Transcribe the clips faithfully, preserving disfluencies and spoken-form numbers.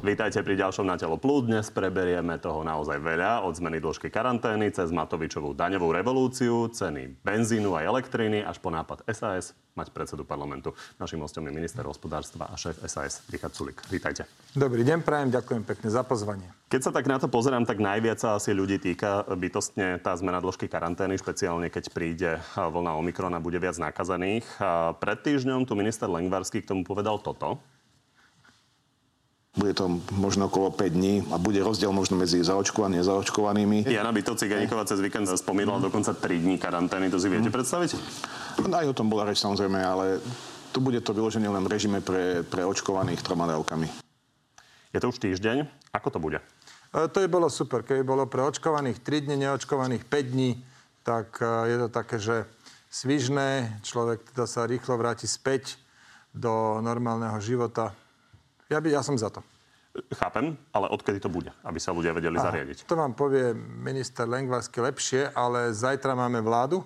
Vítajte pri ďalšom Na telo plus. Dnes preberieme toho naozaj veľa. Od zmeny dĺžky karantény cez Matovičovú daňovú revolúciu, ceny benzínu aj elektriny, až po nápad es a es mať predsedu parlamentu. Naším hostom je minister hospodárstva a šéf es a es Richard Sulík. Vítajte. Dobrý deň, prajem, ďakujem pekne za pozvanie. Keď sa tak na to pozerám, tak najviac sa asi ľudí týka bytostne tá zmena dĺžky karantény, špeciálne keď príde vlna Omikrona, bude viac nakazaných. Pred týždňom tu minister Lengvarský k tomu povedal toto. Bude to možno okolo päť dní a bude rozdiel možno medzi zaočkovanými a nezaočkovanými. Jana Byto-Ciganíková cez víkend spomínala dokonca tri dní karantény. To si viete predstaviť? Aj o tom bola reč samozrejme, ale tu bude to vyložené len v režime pre, pre očkovaných troma dávkami. Je to už týždeň. Ako to bude? E, to by bolo super. Keby bolo pre očkovaných tri dni, neočkovaných päť dní, tak e, je to také, že svižné. Človek teda sa rýchlo vráti späť do normálneho života. Ja, by, ja som za to. Chápem, ale odkedy to bude, aby sa ľudia vedeli Aha, zariadiť? To vám povie minister Lengvarský lepšie, ale zajtra máme vládu,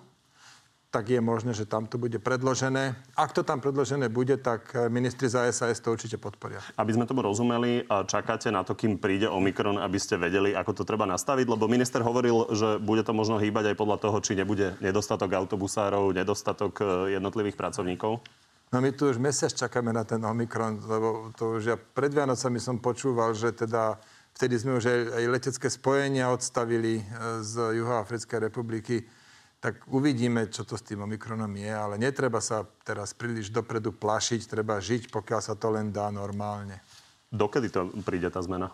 tak je možné, že tam to bude predložené. Ak to tam predložené bude, tak ministri za es a es to určite podporia. Aby sme tomu rozumeli, čakáte na to, kým príde Omikron, aby ste vedeli, ako to treba nastaviť? Lebo minister hovoril, že bude to možno hýbať aj podľa toho, či nebude nedostatok autobusárov, nedostatok jednotlivých pracovníkov? No my tu už mesiac čakáme na ten Omikron, lebo to už ja pred Vianocami som počúval, že teda vtedy sme už aj, aj letecké spojenia odstavili z Juhoafrickej republiky. Tak uvidíme, čo to s tým Omikronom je, ale netreba sa teraz príliš dopredu plašiť, treba žiť, pokiaľ sa to len dá normálne. Dokedy to príde tá zmena?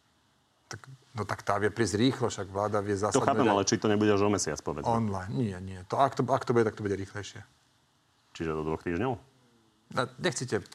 Tak, no tak tá vie prísť rýchlo, však vláda vie zásadne... To chápem, ale či to nebude až o mesiac, povedzme. Online, nie, nie. To, ak, to, ak to bude, tak to bude rýchlejšie. Čiže do dvoch týždňov? Nechcete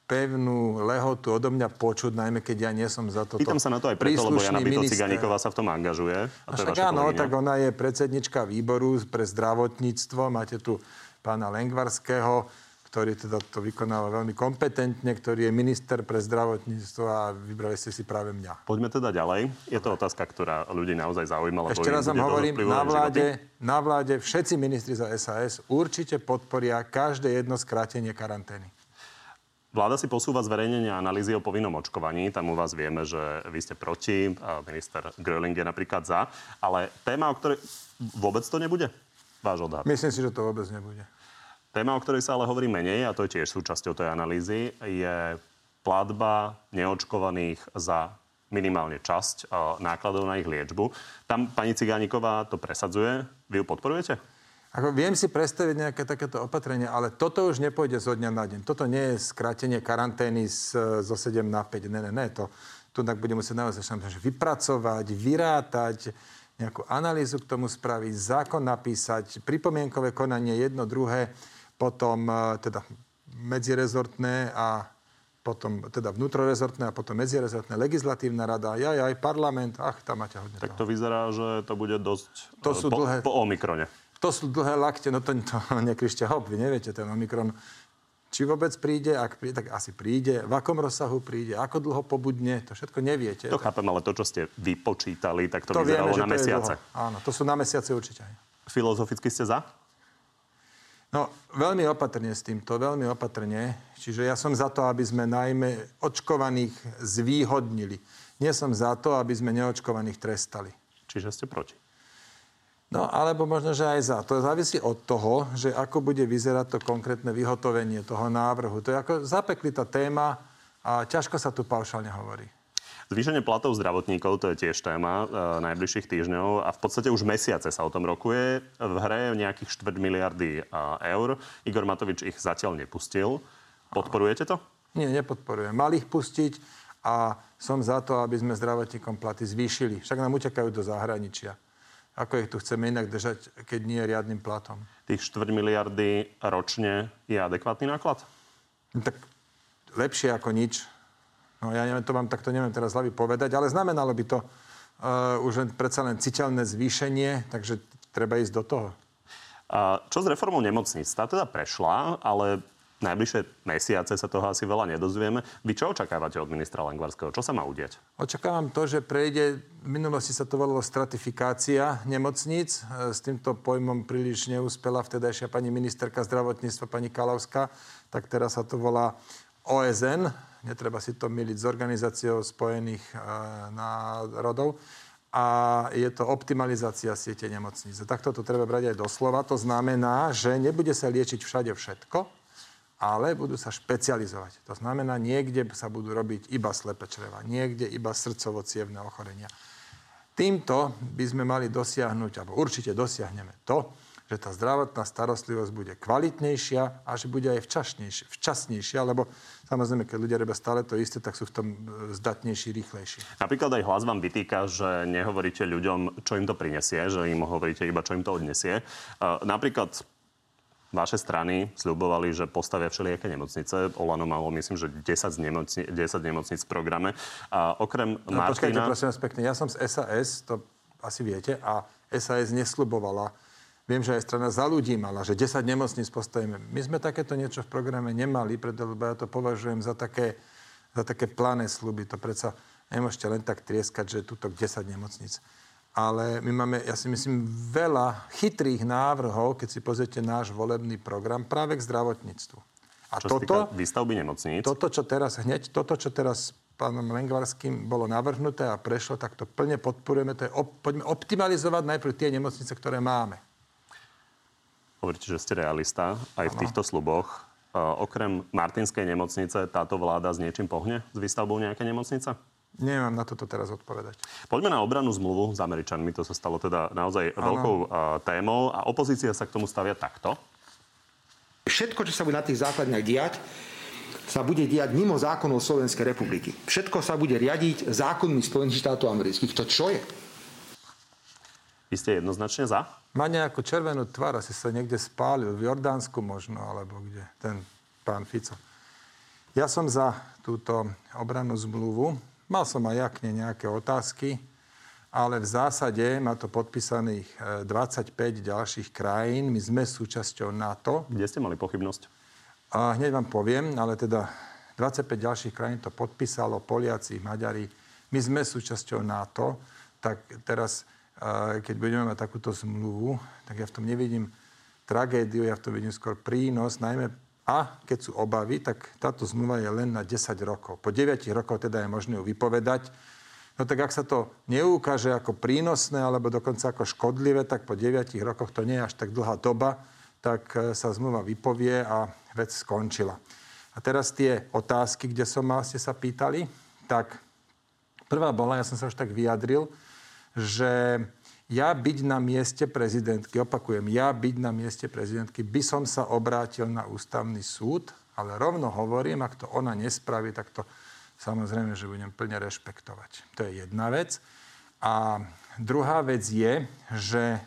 pevnú lehotu odo mňa počuť, najmä keď ja nie som za toto. Pýtam sa na to aj preto, lebo Jana Byto-Ciganíková sa v tom angažuje. A to však áno, tak ona je predsednička výboru pre zdravotníctvo. Máte tu pána Lengvarského, ktorý teda to vykonáva veľmi kompetentne, ktorý je minister pre zdravotníctvo a vybrali ste si práve mňa. Poďme teda ďalej. Je to otázka, ktorá ľudí naozaj zaujímala. Ešte raz vám hovorím, na vláde, na vláde všetci ministri za es a es určite podporia každé jedno skrátenie karantény. Vláda si posúva zverejnenie analýzy o povinnom očkovaní. Tam u vás vieme, že vy ste proti, a minister Gröling je napríklad za. Ale téma, o ktorej vôbec to nebude? Váš odhad. Myslím si, že to vôbec nebude. Téma, o ktorej sa ale hovorí menej, a to je tiež súčasťou tej analýzy, je platba neočkovaných za minimálne časť nákladov na ich liečbu. Tam pani Cigániková to presadzuje. Vy ju podporujete? Ako viem si predstaviť nejaké takéto opatrenie, ale toto už nepôjde zo dňa na deň. Toto nie je skrátenie karantény z, zo sedem na päť. Ne, ne, ne. To, tu tak bude musieť naozaj vypracovať, vyrátať, nejakú analýzu k tomu spraviť, zákon napísať, pripomienkové konanie jedno, druhé, potom teda medzirezortné a potom teda vnútrorezortné a potom medzirezortné, legislatívna rada, aj aj parlament, ach, tam máte hodne Tak toho. to vyzerá, že to bude dosť to sú po, dlhé, po Omikrone. To sú dlhé lakte, no to, to nekrište hop, vy neviete, ten Omikron, či vôbec príde, ak príde, tak asi príde, v akom rozsahu príde, ako dlho pobudne, to všetko neviete. To chápem, ale to, čo ste vypočítali, tak to, to vyzeralo vieme, na mesiace. Áno, to sú na mesiace určite. Filozoficky ste za? No, veľmi opatrne s týmto, veľmi opatrne. Čiže ja som za to, aby sme najmä očkovaných zvýhodnili. Nie som za to, aby sme neočkovaných trestali. Čiže ste proti? No, alebo možno, že aj za. To závisí od toho, že ako bude vyzerať to konkrétne vyhotovenie toho návrhu. To je ako zapeklitá téma a ťažko sa tu paušálne hovorí. Zvýšenie platov zdravotníkov, to je tiež téma e, najbližších týždňov a v podstate už mesiace sa o tom rokuje. V hre je nejakých štvrť miliardy e, eur. Igor Matovič ich zatiaľ nepustil. Podporujete to? Nie, nepodporujem. Mal ich pustiť a som za to, aby sme zdravotníkom platy zvýšili. Však nám utekajú do zahraničia. Ako ich tu chceme inak držať, keď nie je riadnym platom? Tých štvrť miliardy ročne je adekvátny náklad? No, tak lepšie ako nič. No ja neviem, to vám takto neviem teraz hlavy povedať, ale znamenalo by to uh, už len predsa len citeľné zvýšenie, takže treba ísť do toho. A čo s reformou nemocníc? Tá teda prešla, ale najbližšie mesiace sa toho asi veľa nedozvieme. Vy čo očakávate od ministra Lengvarského? Čo sa má udiať? Očakávam to, že prejde, v minulosti sa to volalo stratifikácia nemocníc. S týmto pojmom príliš neúspela vtedajšia pani ministerka zdravotníctva, pani Kalavská. Tak teraz sa to volá ó es en, Netreba si to myliť s Organizáciou spojených e, národov. A je to optimalizácia siete nemocníc. Takto to treba brať aj doslova. To znamená, že nebude sa liečiť všade všetko, ale budú sa špecializovať. To znamená, niekde sa budú robiť iba slepé čreva, niekde iba srdcovo-cievne ochorenia. Týmto by sme mali dosiahnuť, alebo určite dosiahneme to, že tá zdravotná starostlivosť bude kvalitnejšia a že bude aj včasnejšia, včasnejšia, lebo samozrejme, keď ľudia robia stále to isté, tak sú v tom zdatnejší, rýchlejší. Napríklad aj Hlas vám vytýka, že nehovoríte ľuďom, čo im to prinesie, že im hovoríte iba, čo im to odnesie. Napríklad vaše strany sľubovali, že postavia všelijaké nemocnice. Olano malo, myslím, že desať, nemocni- desať nemocnic v programe. A okrem no, Martina... Počkajte, prosím vás pekne. Ja som z es a es, to asi viete, a es a es nesľubovala. Viem, že aj strana Za ľudí mala, že desať nemocníc postavíme. My sme takéto niečo v programe nemali, preto ja to považujem za také, za také plané sľuby. To predsa nemôžete len tak trieskať, že tuto desať nemocníc. Ale my máme, ja si myslím, veľa chytrých návrhov, keď si pozriete náš volebný program práve k zdravotníctvu. A čo toto, sa týka výstavby nemocníc? Toto, čo teraz hneď, toto, čo teraz pánom Lengvarským bolo navrhnuté a prešlo, tak to plne podporujeme. To je op, poďme optimalizovať najprv tie nemocnice, ktoré máme. Hovoríte, že ste realista aj v týchto sluboch. Uh, okrem Martinskej nemocnice táto vláda s niečím pohne? S výstavbou nejaké nemocnice? Nemám na toto teraz odpovedať. Poďme na obrannú zmluvu s Američanmi. To sa stalo teda naozaj ano. veľkou uh, témou a opozícia sa k tomu stavia takto. Všetko, čo sa bude na tých základniach diať, sa bude diať mimo zákonov Slovenskej republiky. Všetko sa bude riadiť zákonmi Spojených štátov amerických. To čo je? Vy ste jednoznačne za? Má nejakú červenú tvár, asi sa niekde spálil, v Jordánsku možno, alebo kde, ten pán Fico. Ja som za túto obrannú zmluvu. Mal som aj ja k nej nejaké otázky, ale v zásade má to podpísaných dvadsaťpäť ďalších krajín. My sme súčasťou NATO. Kde ste mali pochybnosť? A hneď vám poviem, ale teda dvadsaťpäť ďalších krajín to podpísalo, Poliaci, Maďari. My sme súčasťou NATO, tak teraz... keď budeme mať takúto zmluvu, tak ja v tom nevidím tragédiu, ja v tom vidím skôr prínos, najmä a keď sú obavy, tak táto zmluva je len na desať rokov. Po deviatich rokoch teda je možné ju vypovedať. No tak ak sa to neukáže ako prínosné, alebo dokonca ako škodlivé, tak po deviatich rokoch to nie je až tak dlhá doba, tak sa zmluva vypovie a vec skončila. A teraz tie otázky, kde som mal, ste sa pýtali, tak prvá bola, ja som sa už tak vyjadril, že ja byť na mieste prezidentky, opakujem, ja byť na mieste prezidentky, by som sa obrátil na ústavný súd, ale rovno hovorím, ak to ona nespraví, tak to samozrejme, že budem plne rešpektovať. To je jedna vec. A druhá vec je, že,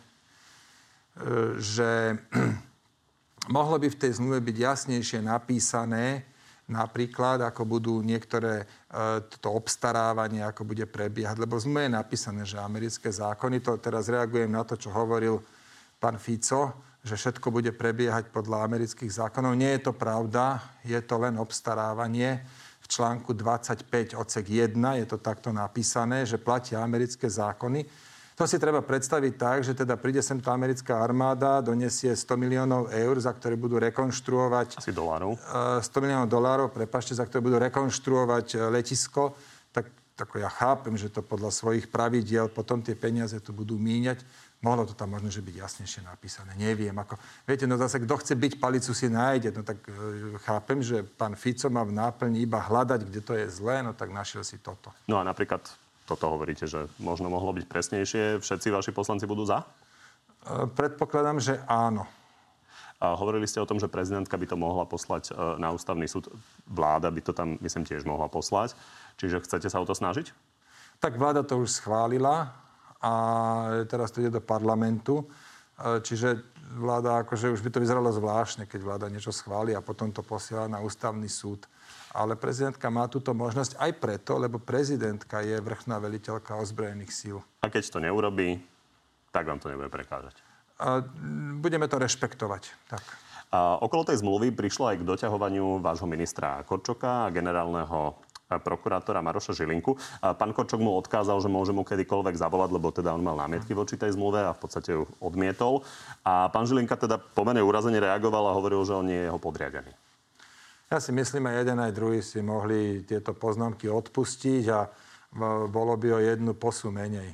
že mohlo by v tej zmluve byť jasnejšie napísané, napríklad, ako budú niektoré e, to obstarávanie, ako bude prebiehať. Lebo v zmluve je napísané, že americké zákony, to teraz reagujem na to, čo hovoril pán Fico, že všetko bude prebiehať podľa amerických zákonov. Nie je to pravda, je to len obstarávanie. V článku dvadsaťpäť odsek jeden je to takto napísané, že platia americké zákony. To si treba predstaviť tak, že teda príde sem tá americká armáda, donesie sto miliónov eur, za ktoré budú rekonštruovať... Asi dolárov. sto miliónov dolárov, prepáčte, za ktoré budú rekonštruovať letisko. Tak, tak ja chápem, že to podľa svojich pravidiel potom tie peniaze tu budú míňať. Mohlo to tam možno, že byť jasnejšie napísané. Neviem. Ako, viete, no zase, kto chce byť, palicu si nájde. No tak e, chápem, že pán Fico má v náplni iba hľadať, kde to je zlé, no tak našiel si toto. No a napríklad... Toto hovoríte, že možno mohlo byť presnejšie. Všetci vaši poslanci budú za? Predpokladám, že áno. A hovorili ste o tom, že prezidentka by to mohla poslať na ústavný súd. Vláda by to tam, myslím, tiež mohla poslať. Čiže chcete sa o to snažiť? Tak vláda to už schválila a teraz to ide do parlamentu. Čiže vláda, akože už by to vyzeralo zvláštne, keď vláda niečo schváli a potom to posiela na ústavný súd. Ale prezidentka má túto možnosť aj preto, lebo prezidentka je vrchná veliteľka ozbrojených síl. A keď to neurobí, tak vám to nebude prekážať. A budeme to rešpektovať. Tak. A okolo tej zmluvy prišlo aj k doťahovaniu vášho ministra Korčoka a generálneho prokurátora Maroša Žilinku. A pán Korčok mu odkázal, že môže mu kedykoľvek zavolať, lebo teda on mal námietky voči tej zmluve a v podstate ju odmietol. A pán Žilinka teda pomerne urazene reagoval a hovoril, že on nie je jeho podriadený. Ja si myslím, aj jeden, aj druhý si mohli tieto poznámky odpustiť a bolo by o jednu posu menej.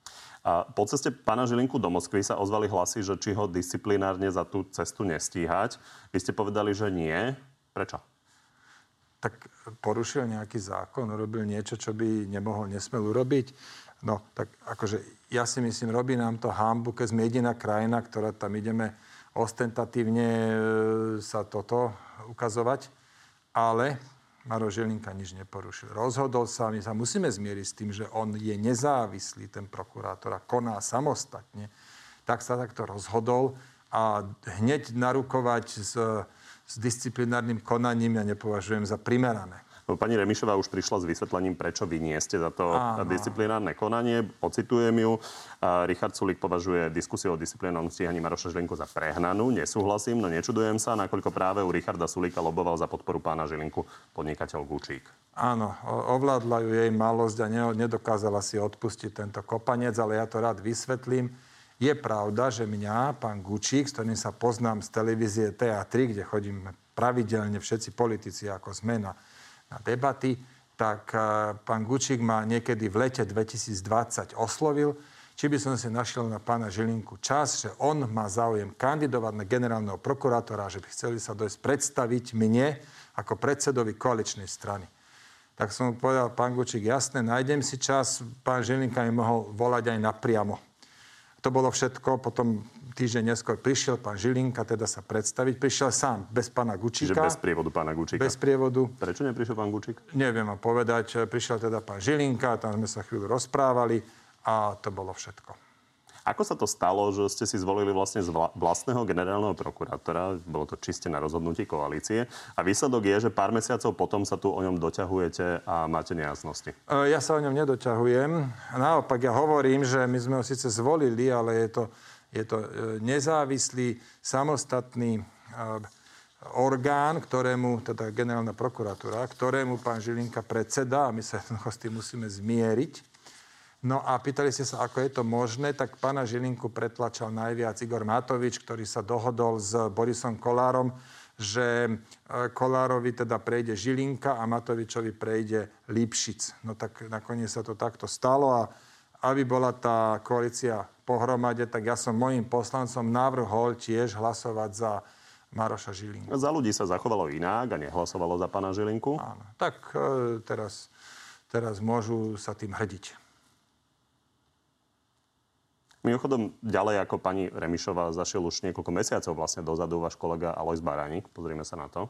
A po ceste pána Žilinku do Moskvy sa ozvali hlasy, že či ho disciplinárne za tú cestu nestíhať. Vy ste povedali, že nie. Prečo? Tak porušil nejaký zákon, urobil niečo, čo by nemohol, nesmel urobiť. No, tak akože ja si myslím, robí nám to hanbu, keď sme jediná krajina, ktorá tam ideme ostentatívne sa toto ukazovať. Ale Maroš Žilinka nič neporušil. Rozhodol sa, my sa musíme zmieriť s tým, že on je nezávislý, ten prokurátor, a koná samostatne. Tak sa takto rozhodol a hneď narukovať s, s disciplinárnym konaním ja nepovažujem za primerané. Pani Remišová už prišla s vysvetlením, prečo vy nie ste za to Áno. disciplinárne konanie. Ocitujem ju. Richard Sulík považuje diskusiu o disciplinárnom stíhaní Maroša Žilinku za prehnanú. Nesúhlasím, no nečudujem sa, nakoľko práve u Richarda Sulíka loboval za podporu pána Žilinku podnikateľ Gučík. Áno, ovládla ju jej malosť a nedokázala si odpustiť tento kopanec, ale ja to rád vysvetlím. Je pravda, že mňa pán Gučík, s ktorým sa poznám z televízie té á tri, kde chodíme pravidelne všetci politici, ako sme na na debaty, tak pán Gučík ma niekedy v lete dvetisícdvadsať oslovil, či by som si našiel na pána Žilinku čas, že on má záujem kandidovať na generálneho prokurátora, že by chceli sa dojsť predstaviť mne ako predsedovi koaličnej strany. Tak som mu povedal, pán Gučík, jasné, nájdem si čas, pán Žilinka mi mohol volať aj napriamo. To bolo všetko, potom týždeň neskôr prišiel pán Žilinka, teda sa predstaviť. Prišiel sám, bez pána Gučíka. Čiže bez prievodu pána Gučíka. Bez prievodu. Prečo neprišiel pán Gučík? Neviem vám povedať. Prišiel teda pán Žilinka, tam sme sa chvíľu rozprávali a to bolo všetko. Ako sa to stalo, že ste si zvolili vlastne z vlastného generálneho prokurátora? Bolo to čiste na rozhodnutí koalície. A výsledok je, že pár mesiacov potom sa tu o ňom doťahujete a máte nejasnosti. Ja sa o ňom nedoťahujem. Naopak, ja hovorím, že my sme ho síce zvolili, ale je to, je to nezávislý, samostatný orgán, ktorému, teda generálna prokuratúra, ktorému pán Žilinka predseda, a my sa s tým musíme zmieriť. No a pýtali ste sa, ako je to možné, tak pána Žilinku pretlačal najviac Igor Matovič, ktorý sa dohodol s Borisom Kollárom, že Kollárovi teda prejde Žilinka a Matovičovi prejde Lipšic. No tak nakoniec sa to takto stalo a aby bola tá koalícia pohromade, tak ja som mojim poslancom navrhol tiež hlasovať za Maroša Žilinku. Za ľudí sa zachovalo inak a nehlasovalo za pána Žilinku? Áno, tak e, teraz, teraz môžu sa tým hrdiť. Mimochodom, ďalej ako pani Remišová zašiel už niekoľko mesiacov vlastne dozadu váš kolega Alojz Baránik. Pozrime sa na to.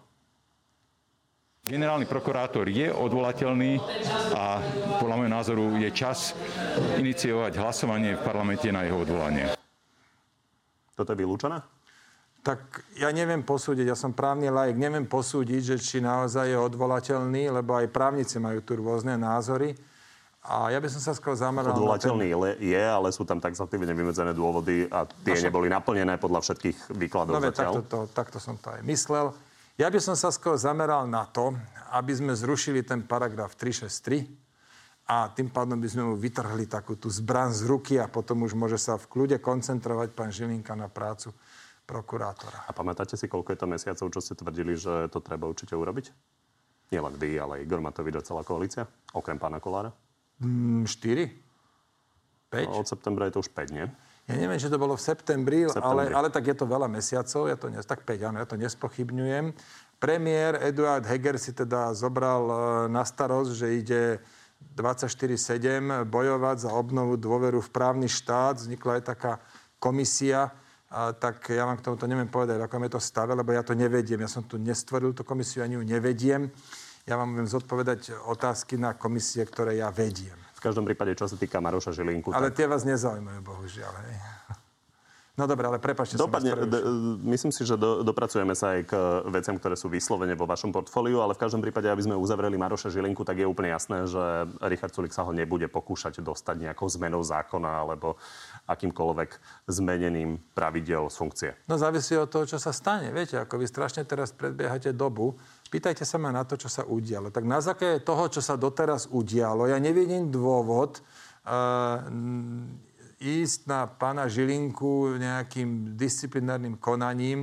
Generálny prokurátor je odvolateľný a podľa môjho názoru je čas iniciovať hlasovanie v parlamente na jeho odvolanie. Toto je vylúčené? Tak ja neviem posúdiť, ja som právny laik, neviem posúdiť, že či naozaj je odvolateľný, lebo aj právnici majú tu rôzne názory. A ja by som sa skôr zameral... Odvolateľný ten... je, ale sú tam taxatívne vymedzené dôvody a tie Naša... neboli naplnené podľa všetkých výkladov no, zatiaľ. Takto, to, takto som to aj myslel. Ja by som sa skôr zameral na to, aby sme zrušili ten paragraf tri šesť tri a tým pádom by sme mu vytrhli takú tú zbraň z ruky a potom už môže sa v kľude koncentrovať pán Žilinka na prácu prokurátora. A pamätáte si, koľko je to mesiacov, čo ste tvrdili, že to treba určite urobiť? Nie len vy, ale Igor Matovič a celá koalícia? Okrem pána Kollára? štyri? päť? No, od septembra je to už päť, nie? Ja neviem, že to bolo v septembri, v ale, septembri. ale tak je to veľa mesiacov, ja to nes, tak päť, áno, ja to nespochybňujem. Premiér Eduard Heger si teda zobral na starosť, že ide dvadsaťštyri sedem bojovať za obnovu dôveru v právny štát. Vznikla aj taká komisia, a tak ja vám k tomuto neviem povedať, v akom je to stave, lebo ja to nevediem. Ja som tu nestvoril tú komisiu, ani ju nevediem. Ja vám budem zodpovedať otázky na komisie, ktoré ja vediem. V každom prípade, čo sa týka Maroša Žilinku... Ale tak... tie vás nezaujímajú, bohužiaľ. Hej. No dobre, ale prepáčte, som vás prerušil. D- myslím si, že do, dopracujeme sa aj k veciam, ktoré sú vyslovene vo vašom portfóliu, ale v každom prípade, aby sme uzavreli Maroša Žilinku, tak je úplne jasné, že Richard Sulík sa ho nebude pokúšať dostať nejakou zmenou zákona alebo akýmkoľvek zmeneným pravidel z funkcie. No závisí od toho, čo sa stane. Viete, ako vy strašne teraz predbiehate dobu. Pýtajte sa ma na to, čo sa udialo. Tak na základe toho, čo sa doteraz udialo, ja nevidím dôvod uh, ísť na pána Žilinku nejakým disciplinárnym konaním a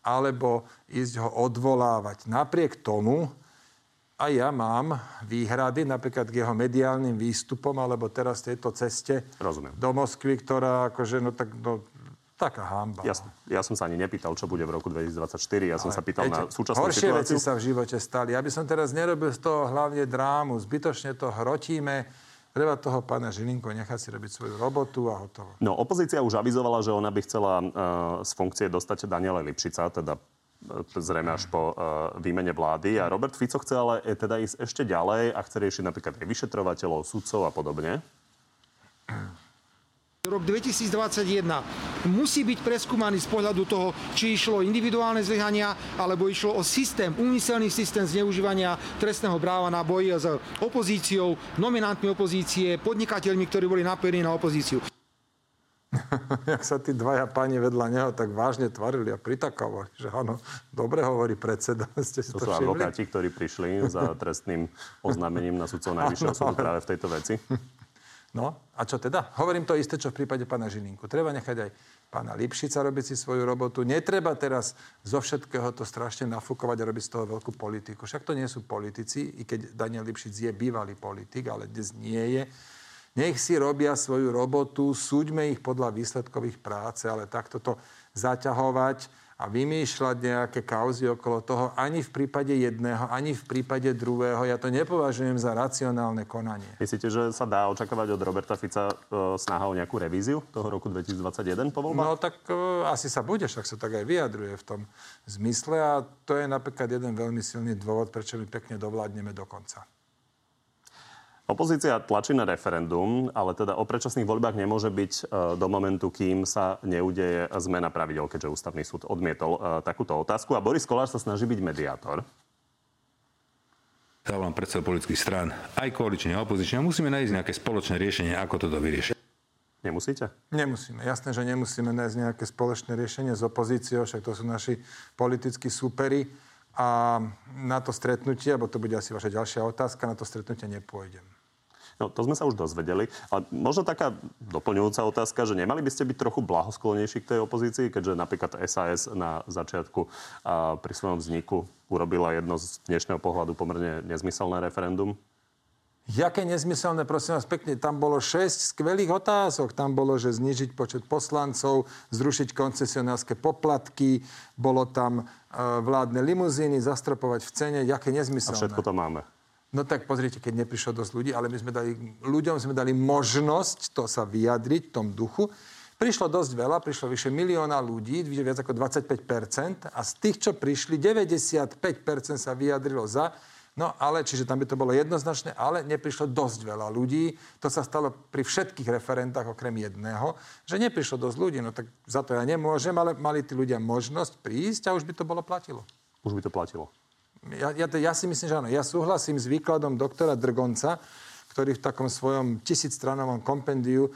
alebo ísť ho odvolávať. Napriek tomu, a ja mám výhrady napríklad k jeho mediálnym výstupom, alebo teraz tejto ceste Rozumiem. do Moskvy, ktorá akože, no tak, no, taká hanba. Jasne. Ja som sa ani nepýtal, čo bude v roku dvetisícdvadsaťštyri. Ja som Ale sa pýtal viete, na súčasnú horšie situáciu. veci sa v živote stali. Ja by som teraz nerobil z toho hlavne drámu. Zbytočne to hrotíme. Treba toho pána Žilinku nechať si robiť svoju robotu a hotovo. No, opozícia už avizovala, že ona by chcela uh, z funkcie dostať Daniela Lipšica, teda zrejme až po uh, výmene vlády. A Robert Fico chce ale teda ísť ešte ďalej a chce riešiť napríklad aj vyšetrovateľov, sudcov a podobne. Rok dvetisícdvadsaťjeden musí byť preskúmaný z pohľadu toho, či išlo o individuálne zlyhania, alebo išlo o systém, úmyselný systém zneužívania trestného práva na boj s opozíciou, nominantmi opozície, podnikateľmi, ktorí boli napojení na opozíciu. Jak sa tí dvaja páni vedľa neho tak vážne tvarili a pritakávali, že áno, dobre hovorí predseda. Ste si To to sú všimli? advokáti, ktorí prišli za trestným oznámením na sudcov Najvyššieho súdu práve v tejto veci. No, a čo teda? Hovorím to isté, čo v prípade pána Žilinku. Treba nechať aj pána Lipšica robiť si svoju robotu. Netreba teraz zo všetkého to strašne nafúkovať a robiť z toho veľkú politiku. Však to nie sú politici, i keď Daniel Lipšic je bývalý politik, ale dnes nie je. Nech si robia svoju robotu, súďme ich podľa výsledkových práce, ale takto to zaťahovať a vymýšľať nejaké kauzy okolo toho ani v prípade jedného, ani v prípade druhého. Ja to nepovažujem za racionálne konanie. Myslíte, že sa dá očakávať od Roberta Fica e, snaha o nejakú revíziu toho roku dvetisícdvadsaťjeden po voľbách? No tak e, asi sa bude, však sa tak aj vyjadruje v tom zmysle a to je napríklad jeden veľmi silný dôvod, prečo my pekne dovládneme do konca. Opozícia tlačí na referendum, ale teda o predčasných voľbách nemôže byť e, do momentu, kým sa neudeje zmena pravidel, keďže Ústavný súd odmietol e, takúto otázku. A Boris Kolář sa snaží byť mediátor. Zavolám predseda politických strán, aj koalične, aj opozične. Musíme nájsť nejaké spoločné riešenie, ako toto vyriešiť. Nemusíte? Nemusíme. Jasné, že nemusíme nájsť nejaké spoločné riešenie s opozíciou, však to sú naši politickí súperi. A na to stretnutie, alebo to bude asi vaša ďalšia otázka, na to stretnutie nepôjdem. No, to sme sa už dozvedeli. Ale možno taká doplňujúca otázka, že nemali by ste byť trochu blahosklonnejší k tej opozícii, keďže napríklad es a es na začiatku a pri svojom vzniku urobila jedno z dnešného pohľadu pomerne nezmyselné referendum? Jaké nezmyselné, prosím vás pekne, tam bolo šesť skvelých otázok. Tam bolo, že znižiť počet poslancov, zrušiť koncesionárske poplatky, bolo tam e, vládne limuzíny, zastropovať v cene. Jaké nezmyselné. A všetko to máme. No tak pozrite, keď neprišlo dosť ľudí, ale my sme dali, ľuďom sme dali možnosť to sa vyjadriť v tom duchu. Prišlo dosť veľa, prišlo vyše milióna ľudí, viac ako dvadsaťpäť percent a z tých, čo prišli, deväťdesiatpäť percent sa vyjadrilo za. No ale, čiže tam by to bolo jednoznačné, ale neprišlo dosť veľa ľudí. To sa stalo pri všetkých referendách okrem jedného, že neprišlo dosť ľudí. No tak za to ja nemôžem, ale mali tí ľudia možnosť prísť a už by to bolo platilo. Už by to platilo. Ja, ja, ja si myslím, že áno. Ja súhlasím s výkladom doktora Drgonca, ktorý v takom svojom tisícstranovom kompendiu e,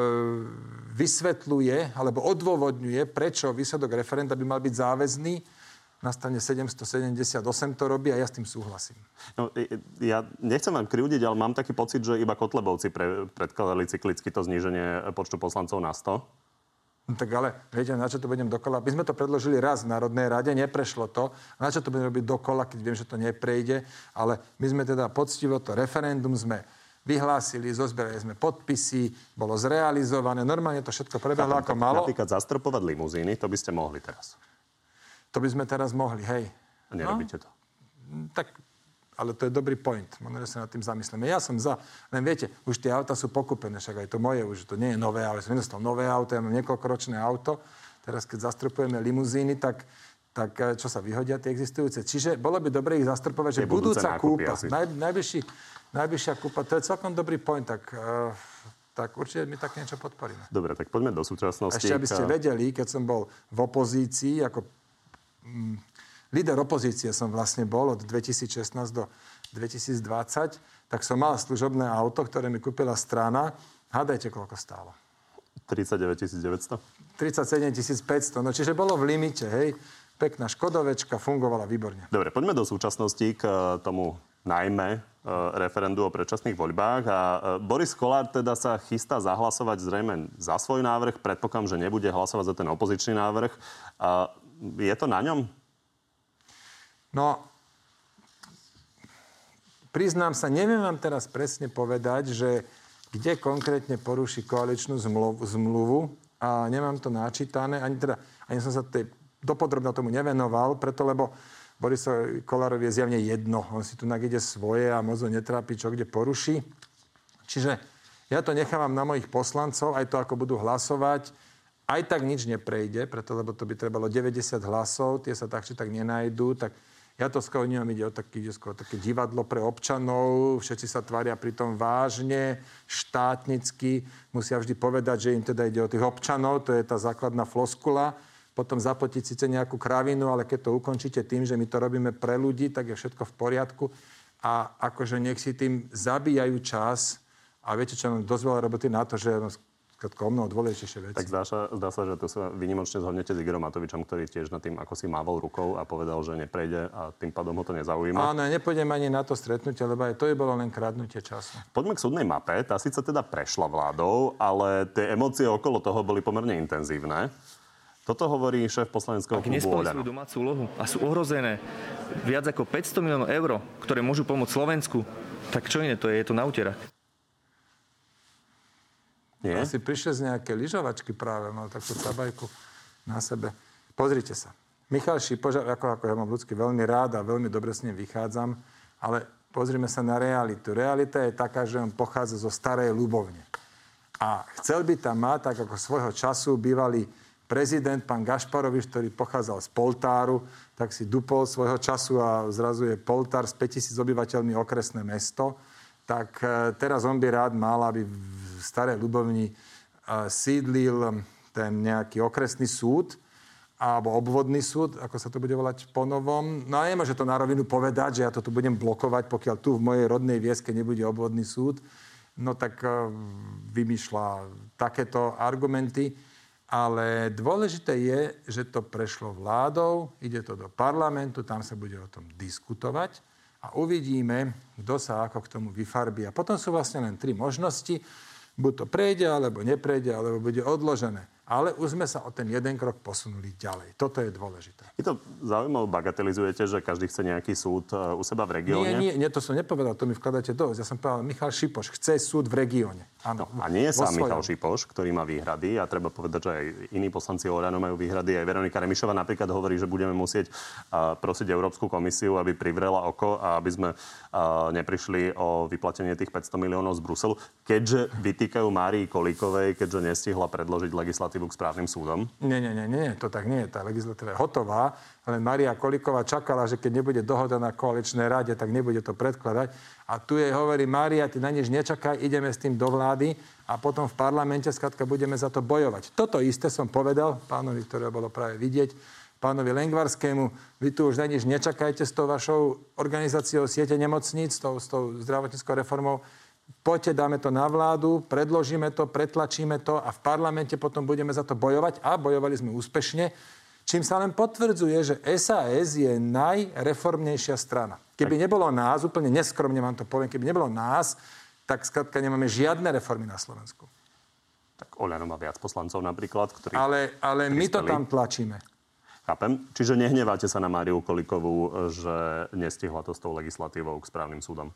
vysvetľuje alebo odôvodňuje, prečo výsledok referenda by mal byť záväzný. Na strane sedemstosedemdesiatosem to robí a ja s tým súhlasím. No, ja nechcem vám krivdiť, ale mám taký pocit, že iba Kotlebovci pre, predkladali cyklicky to zníženie počtu poslancov na sto. No tak ale, viete, na čo to budem dokola? My sme to predložili raz v Národnej rade, neprešlo to. Na čo to budem robiť dokola, keď viem, že to neprejde? Ale my sme teda poctivo to referendum sme vyhlásili, zozbierali sme podpisy, bolo zrealizované. Normálne to všetko prebehlo ako malo. Napríklad zastropovať limuzíny, to by ste mohli teraz. To by sme teraz mohli, hej. A nerobíte to. No, tak, ale to je dobrý point. Možno, že sa nad tým zamyslíme. Ja som za. Len viete, už tie auta sú pokúpené, však aj to moje, už to nie je nové, ale som nedostal nové auto, ja mám niekoľkoročné auto. Teraz, keď zastrupujeme limuzíny, tak, tak čo sa vyhodia tie existujúce. Čiže bolo by dobre ich zastrupovať, že budúca kúpa, naj, najbližší, najbližšia kúpa, to je celkom dobrý point, tak... Uh, tak určite my tak niečo podporíme. Dobre, tak poďme do súčasnosti. Ešte, aby ste vedeli, keď som bol v opozícii, ako mm, líder opozície som vlastne bol od dvetisícšestnásť do dvetisícdvadsať, tak som mal služobné auto, ktoré mi kúpila strana. Hádajte, koľko stálo? tridsaťdeväť tisíc deväťsto? tridsaťsedem tisíc päťsto. No čiže bolo v limite, hej. Pekná škodovečka, fungovala výborne. Dobre, poďme do súčasnosti k tomu najmä referendu o predčasných voľbách. A Boris Kolář teda sa chystá zahlasovať zrejme za svoj návrh. Predpokladám, že nebude hlasovať za ten opozičný návrh. A je to na ňom? No, priznám sa, neviem vám teraz presne povedať, že kde konkrétne poruší koaličnú zmluvu, zmluvu a nemám to načítané, ani teda, ani som sa tej, dopodrobne tomu nevenoval, preto lebo Borisovi Kollárovi je zjavne jedno. On si tu ide svoje a moc ho netrápi, čo kde poruší. Čiže ja to nechávam na mojich poslancov, aj to, ako budú hlasovať. Aj tak nič neprejde, preto lebo to by trebalo deväťdesiat hlasov, tie sa tak či tak nenajdú, tak ja to skôr neviem, ide o taký, ide skôr také divadlo pre občanov, všetci sa tvária pritom vážne, štátnicky, musia vždy povedať, že im teda ide o tých občanov, to je tá základná floskula, potom zaplatiť síce nejakú kravinu, ale keď to ukončíte tým, že my to robíme pre ľudí, tak je všetko v poriadku a akože nech si tým zabíjajú čas a viete čo, mám dosť veľa roboty na to, že o mnoho dôležitejšie veci. Tak zdá sa, zdá sa, že tu sa výnimočne zhodnete s Igorom Matovičom, ktorý tiež nad tým, ako si mával rukou a povedal, že neprejde a tým pádom ho to nezaujíma. Áno, nepôjdem ani na to stretnutie, lebo aj to je bolo len kradnutie času. Poďme k súdnej mape. Tá síce teda prešla vládou, ale tie emócie okolo toho boli pomerne intenzívne. Toto hovorí šéf poslaneckého klubu Oľano. Ak nesplní svoju domácu úlohu a sú ohrozené viac ako päťsto miliónov eur, ktoré môžu pomôcť Slovensku, tak čo iné to je? Je to na úterák. Nie? Asi prišiel z nejaké lyžovačky práve, mal takú tabajku na sebe. Pozrite sa. Michal Šipoš, ako, ako ja mám ľudsky veľmi rád a veľmi dobre s ním vychádzam, ale pozrime sa na realitu. Realita je taká, že on pochádza zo Starej Ľubovne. A chcel by tam mať, tak ako svojho času bývalý prezident, pán Gašparovič, ktorý pochádzal z Poltáru, tak si dupol svojho času a zrazu je Poltár s päťtisíc obyvateľmi okresné mesto. Tak teraz on by rád mal, aby v Starej Ľubovni sídlil ten nejaký okresný súd alebo obvodný súd, ako sa to bude volať po novom. No a nemôže to na rovinu povedať, že ja to tu budem blokovať, pokiaľ tu v mojej rodnej Vieske nebude obvodný súd. No tak vymýšľa takéto argumenty. Ale dôležité je, že to prešlo vládou, ide to do parlamentu, tam sa bude o tom diskutovať. A uvidíme, kto sa ako k tomu vyfarbí. A potom sú vlastne len tri možnosti. Buď to prejde, alebo neprejde, alebo bude odložené. Ale už sme sa o ten jeden krok posunuli ďalej. Toto je dôležité. Vy to zaujímavé bagatelizujete, že každý chce nejaký súd u seba v regióne? Nie, nie, nie, to som nepovedal, to mi vkladáte do. Ja som povedal, Michal Šipoš chce súd v regióne. Áno. No, a nie je sám Michal Šipoš, ktorý má výhrady. A treba povedať, že aj iní poslanci Oľano majú výhrady. Aj Veronika Remišová napríklad hovorí, že budeme musieť uh, prosiť Európsku komisiu, aby privrela oko a aby sme uh, neprišli o vyplatenie tých päťsto miliónov z Bruselu. Keďže vytýkajú Márii Kolíkovej, keďže nestihla predložiť legislatívu k správnym súdom? Nie, nie, nie, nie, to tak nie je. Tá legislatíva je hotová, ale Mária Kolíková čakala, že keď nebude dohoda na koaličnej rade, tak nebude to predkladať. A tu jej hovorí, Mária, ty na nič nečakaj, ideme s tým do vlády a potom v parlamente skrátka budeme za to bojovať. Toto isté som povedal pánovi, ktoré bolo práve vidieť, pánovi Lengvarskému, vy tu už na nič nečakajte s tou vašou organizáciou siete nemocníc, s tou, s tou zdravotníckou reformou. Poďte, dáme to na vládu, predložíme to, pretlačíme to a v parlamente potom budeme za to bojovať a bojovali sme úspešne. Čím sa len potvrdzuje, že es a es je najreformnejšia strana. Keby nebolo nás, úplne neskromne vám to poviem, keby nebolo nás, tak skrátka nemáme žiadne reformy na Slovensku. Tak Oľano má viac poslancov napríklad, ktorí... Ale, ale my to tam tlačíme. Chápem. Čiže nehneváte sa na Máriu Kolíkovú, že nestihla to s tou legislatívou k správnym súdom?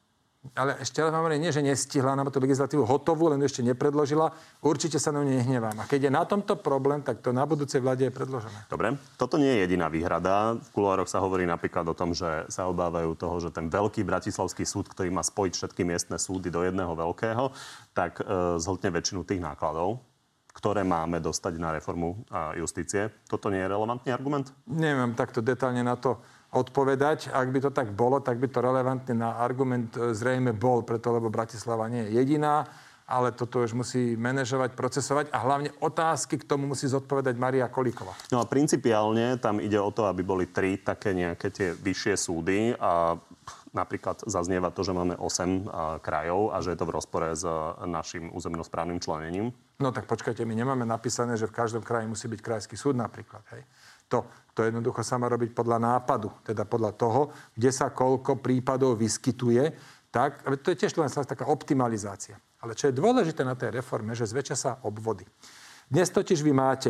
Ale ešte raz vám hovorím, nie, že nestihla, nám tú legislatívu hotovú, len ešte nepredložila. Určite sa na ňu nehnevám. A keď je na tomto problém, tak to na budúcej vláde je predložené. Dobre, toto nie je jediná výhrada. V kuloároch sa hovorí napríklad o tom, že sa obávajú toho, že ten veľký bratislavský súd, ktorý má spojiť všetky miestne súdy do jedného veľkého, tak e, zhltne väčšinu tých nákladov, ktoré máme dostať na reformu justície. Toto nie je relevantný argument? Neviem takto detailne na to odpovedať. Ak by to tak bolo, tak by to relevantný na argument zrejme bol, preto lebo Bratislava nie je jediná, ale toto už musí manažovať, procesovať a hlavne otázky k tomu musí zodpovedať Mária Kolíková. No a principiálne tam ide o to, aby boli tri také nejaké tie vyššie súdy a napríklad zaznieva to, že máme osem krajov a že je to v rozpore s našim územnosprávnym členením. No tak počkajte, my nemáme napísané, že v každom kraji musí byť krajský súd napríklad, hej. To, to jednoducho sa má robiť podľa nápadu, teda podľa toho, kde sa koľko prípadov vyskytuje, tak, to je tiež len taká optimalizácia. Ale čo je dôležité na tej reforme, že zväčšia sa obvody. Dnes totiž vy máte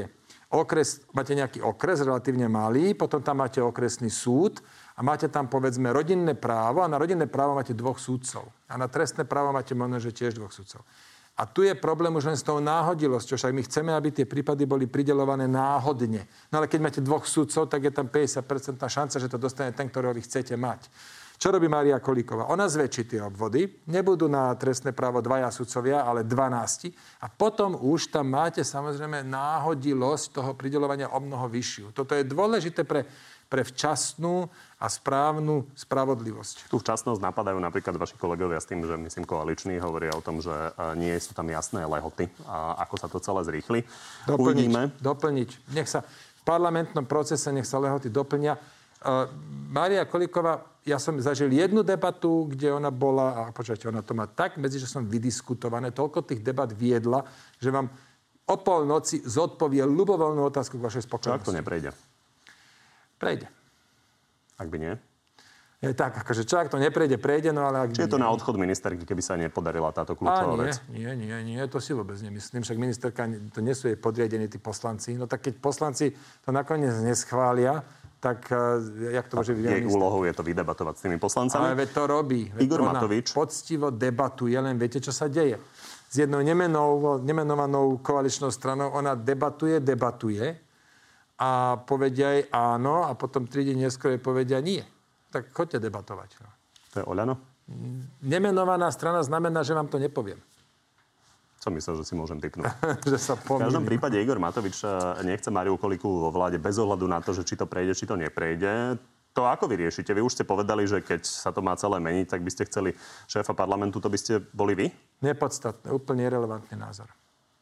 okres, máte nejaký okres relatívne malý, potom tam máte okresný súd a máte tam, povedzme, rodinné právo a na rodinné právo máte dvoch súdcov. A na trestné právo máte možno, že tiež dvoch súdcov. A tu je problém už len s tou náhodilosťou. Však my chceme, aby tie prípady boli prideľované náhodne. No ale keď máte dvoch súdcov, tak je tam päťdesiat percent šanca, že to dostane ten, ktorého vy chcete mať. Čo robí Mária Kolíková? Ona zväčší tie obvody, nebudú na trestné právo dvaja sudcovia, ale dvanásť. A potom už tam máte samozrejme náhodilosť toho prideľovania o mnoho vyššiu. Toto je dôležité pre, pre včasnú a správnu spravodlivosť. Tú včasnosť napadajú napríklad vaši kolegovia s tým, že myslím koaliční hovoria o tom, že nie sú tam jasné lehoty a ako sa to celé zrýchli. Doplniť, Uvidíme. Doplniť. Nech sa v parlamentnom procese nech sa lehoty doplnia. Uh, Mária Kolíková, ja som zažil jednu debatu, kde ona bola, a počujete, ona to má tak medzi, že som vydiskutované, toľko tých debat viedla, že vám o polnoci zodpovie ľubovoľnú otázku k vašej spokojnosti. Čo ak to neprejde? Prejde. Ak by nie? Je tak, akože čo ak to neprejde, prejde, no ale ak Či je to nie, na odchod ministerky, keby sa nepodarila táto kľúčová vec? Nie, nie, nie, nie, to si vôbec nemyslím. Však ministerka, to nie sú jej podriadení tí poslanci. No tak keď poslanci to nakoniec neschvália, tak jak to môže byť? Jej úlohou je to vydebatovať s tými poslancami. Ale veď to robí. Veď Igor ona Matovič. poctivo debatuje, len viete, čo sa deje. S jednou nemenou, nemenovanou koaličnou stranou ona debatuje, debatuje a povedia jej áno a potom tri dni neskôr jej povedia nie. Tak choďte debatovať. To je Oľano? Nemenovaná strana znamená, že vám to nepoviem. Som myslel, že si môžem tipnúť. Že sa V každom prípade Igor Matovič nechce Máriu Kolíkovú vo vláde bez ohľadu na to, že či to prejde, či to neprejde. To ako vyriešite? Vy už ste povedali, že keď sa to má celé meniť, tak by ste chceli šéfa parlamentu, to by ste boli vy? Nepodstatné, úplne irelevantný názor.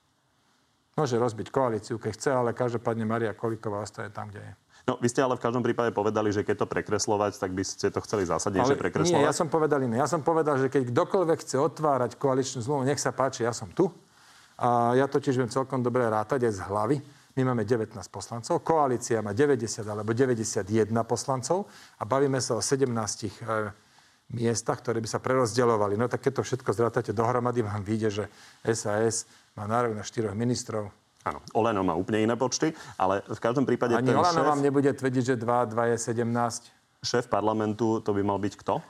Môže rozbiť koalíciu, keď chce, ale každopádne Mária Kolíková ostane tam, kde je. No, vy ste ale v každom prípade povedali, že keď to prekreslovať, tak by ste to chceli zásadnejšie ale prekreslovať. Nie, ja som povedal iné. Ja som povedal, že keď kdokoľvek chce otvárať koaličnú zmluvu, nech sa páči, ja som tu. A ja totiž viem celkom dobre rátať aj z hlavy. My máme devätnásť poslancov, koalícia má deväťdesiat alebo deväťdesiatjeden poslancov a bavíme sa o sedemnástich e, miestach, ktoré by sa prerozdeľovali. No tak keď to všetko zrátate dohromady, vám vyjde, že es a es má nárok na štyroch ministrov. Áno, Olano má úplne iné počty, ale v každom prípade Ani ten Olano šéf, vám nebude tvrdiť, že dva, dva je sedemnásť. šéf parlamentu, to by mal byť kto?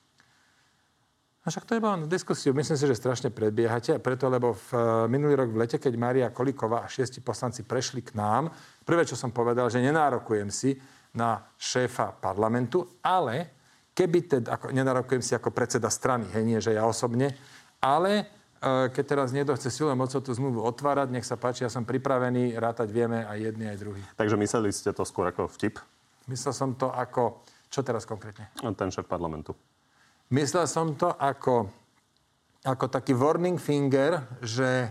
No však to je iba na diskusiu. Myslím si, že strašne predbiehate. A preto, lebo v minulý rok v lete, keď Mária Kolíková a šiesti poslanci prešli k nám, prvé, čo som povedal, že nenárokujem si na šéfa parlamentu, ale keby teda, ako, nenárokujem si ako predseda strany, hej, nie, že ja osobne, ale keď teraz niekto chce silou mocou tú zmluvu otvárať, nech sa páči, ja som pripravený, rátať vieme aj jedni, aj druhý. Takže mysleli ste to skôr ako vtip? Myslel som to ako... Čo teraz konkrétne? Ten šéf parlamentu. Myslel som to ako, ako taký warning finger, že...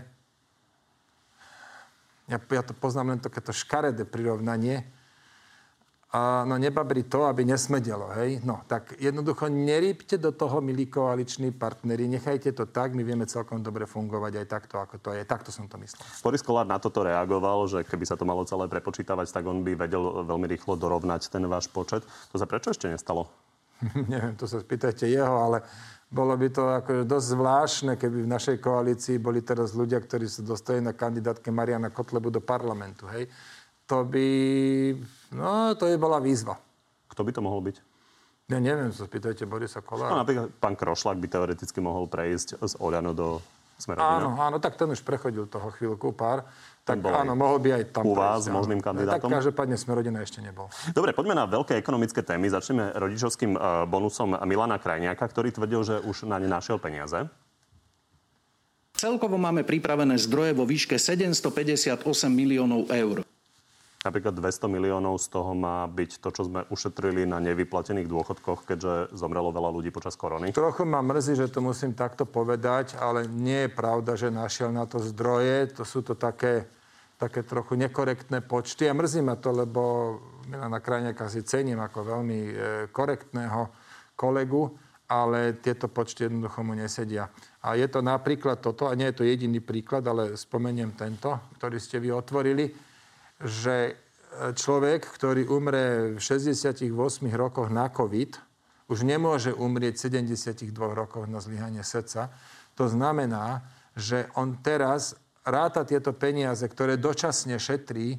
Ja, ja to poznám len takéto škaredé prirovnanie. A no nebabri to, aby nesmedelo, hej? No, tak jednoducho nerýpte do toho, milí koaliční partneri, nechajte to tak, my vieme celkom dobre fungovať aj takto, ako to je. Takto som to myslel. Boris Kollár na toto reagoval, že keby sa to malo celé prepočítavať, tak on by vedel veľmi rýchlo dorovnať ten váš počet. To sa prečo ešte nestalo? Neviem, to sa spýtajte jeho, ale bolo by to akože dosť zvláštne, keby v našej koalícii boli teraz ľudia, ktorí sa dostali na kandidátke Mariana Kotlebu do parlamentu, hej? To by... No, to by bola výzva. Kto by to mohol byť? Ja neviem, co spýtajte Borisa Kollára. No, napríklad pán Krošlák by teoreticky mohol prejsť z Oľano do Smer Áno, rodina. áno, tak ten už prechodil toho chvíľku pár. Tak bol áno, mohol by aj tam u vás prejsť, s možným áno. kandidátom? Tak každopádne Smer rodina ešte nebol. Dobre, poďme na veľké ekonomické témy. Začneme rodičovským uh, bonusom Milana Krajniaka, ktorý tvrdil, že už na ne našiel peniaze. Celkovo máme pripravené zdroje vo výške sedemstopäťdesiatosem miliónov eur. Napríklad dvesto miliónov z toho má byť to, čo sme ušetrili na nevyplatených dôchodkoch, keďže zomrelo veľa ľudí počas korony. Trochu ma mrzí, že to musím takto povedať, ale nie je pravda, že našiel na to zdroje. To sú to také, také trochu nekorektné počty. A mrzí ma to, lebo Milana Krajniaka si cením ako veľmi e, korektného kolegu, ale tieto počty jednoducho mu nesedia. A je to napríklad toto, a nie je to jediný príklad, ale spomeniem tento, ktorý ste vy otvorili, že človek, ktorý umre v šesťdesiatich ôsmich rokoch na COVID, už nemôže umrieť v sedemdesiatich dvoch rokoch na zlyhanie srdca. To znamená, že on teraz ráta tieto peniaze, ktoré dočasne šetrí,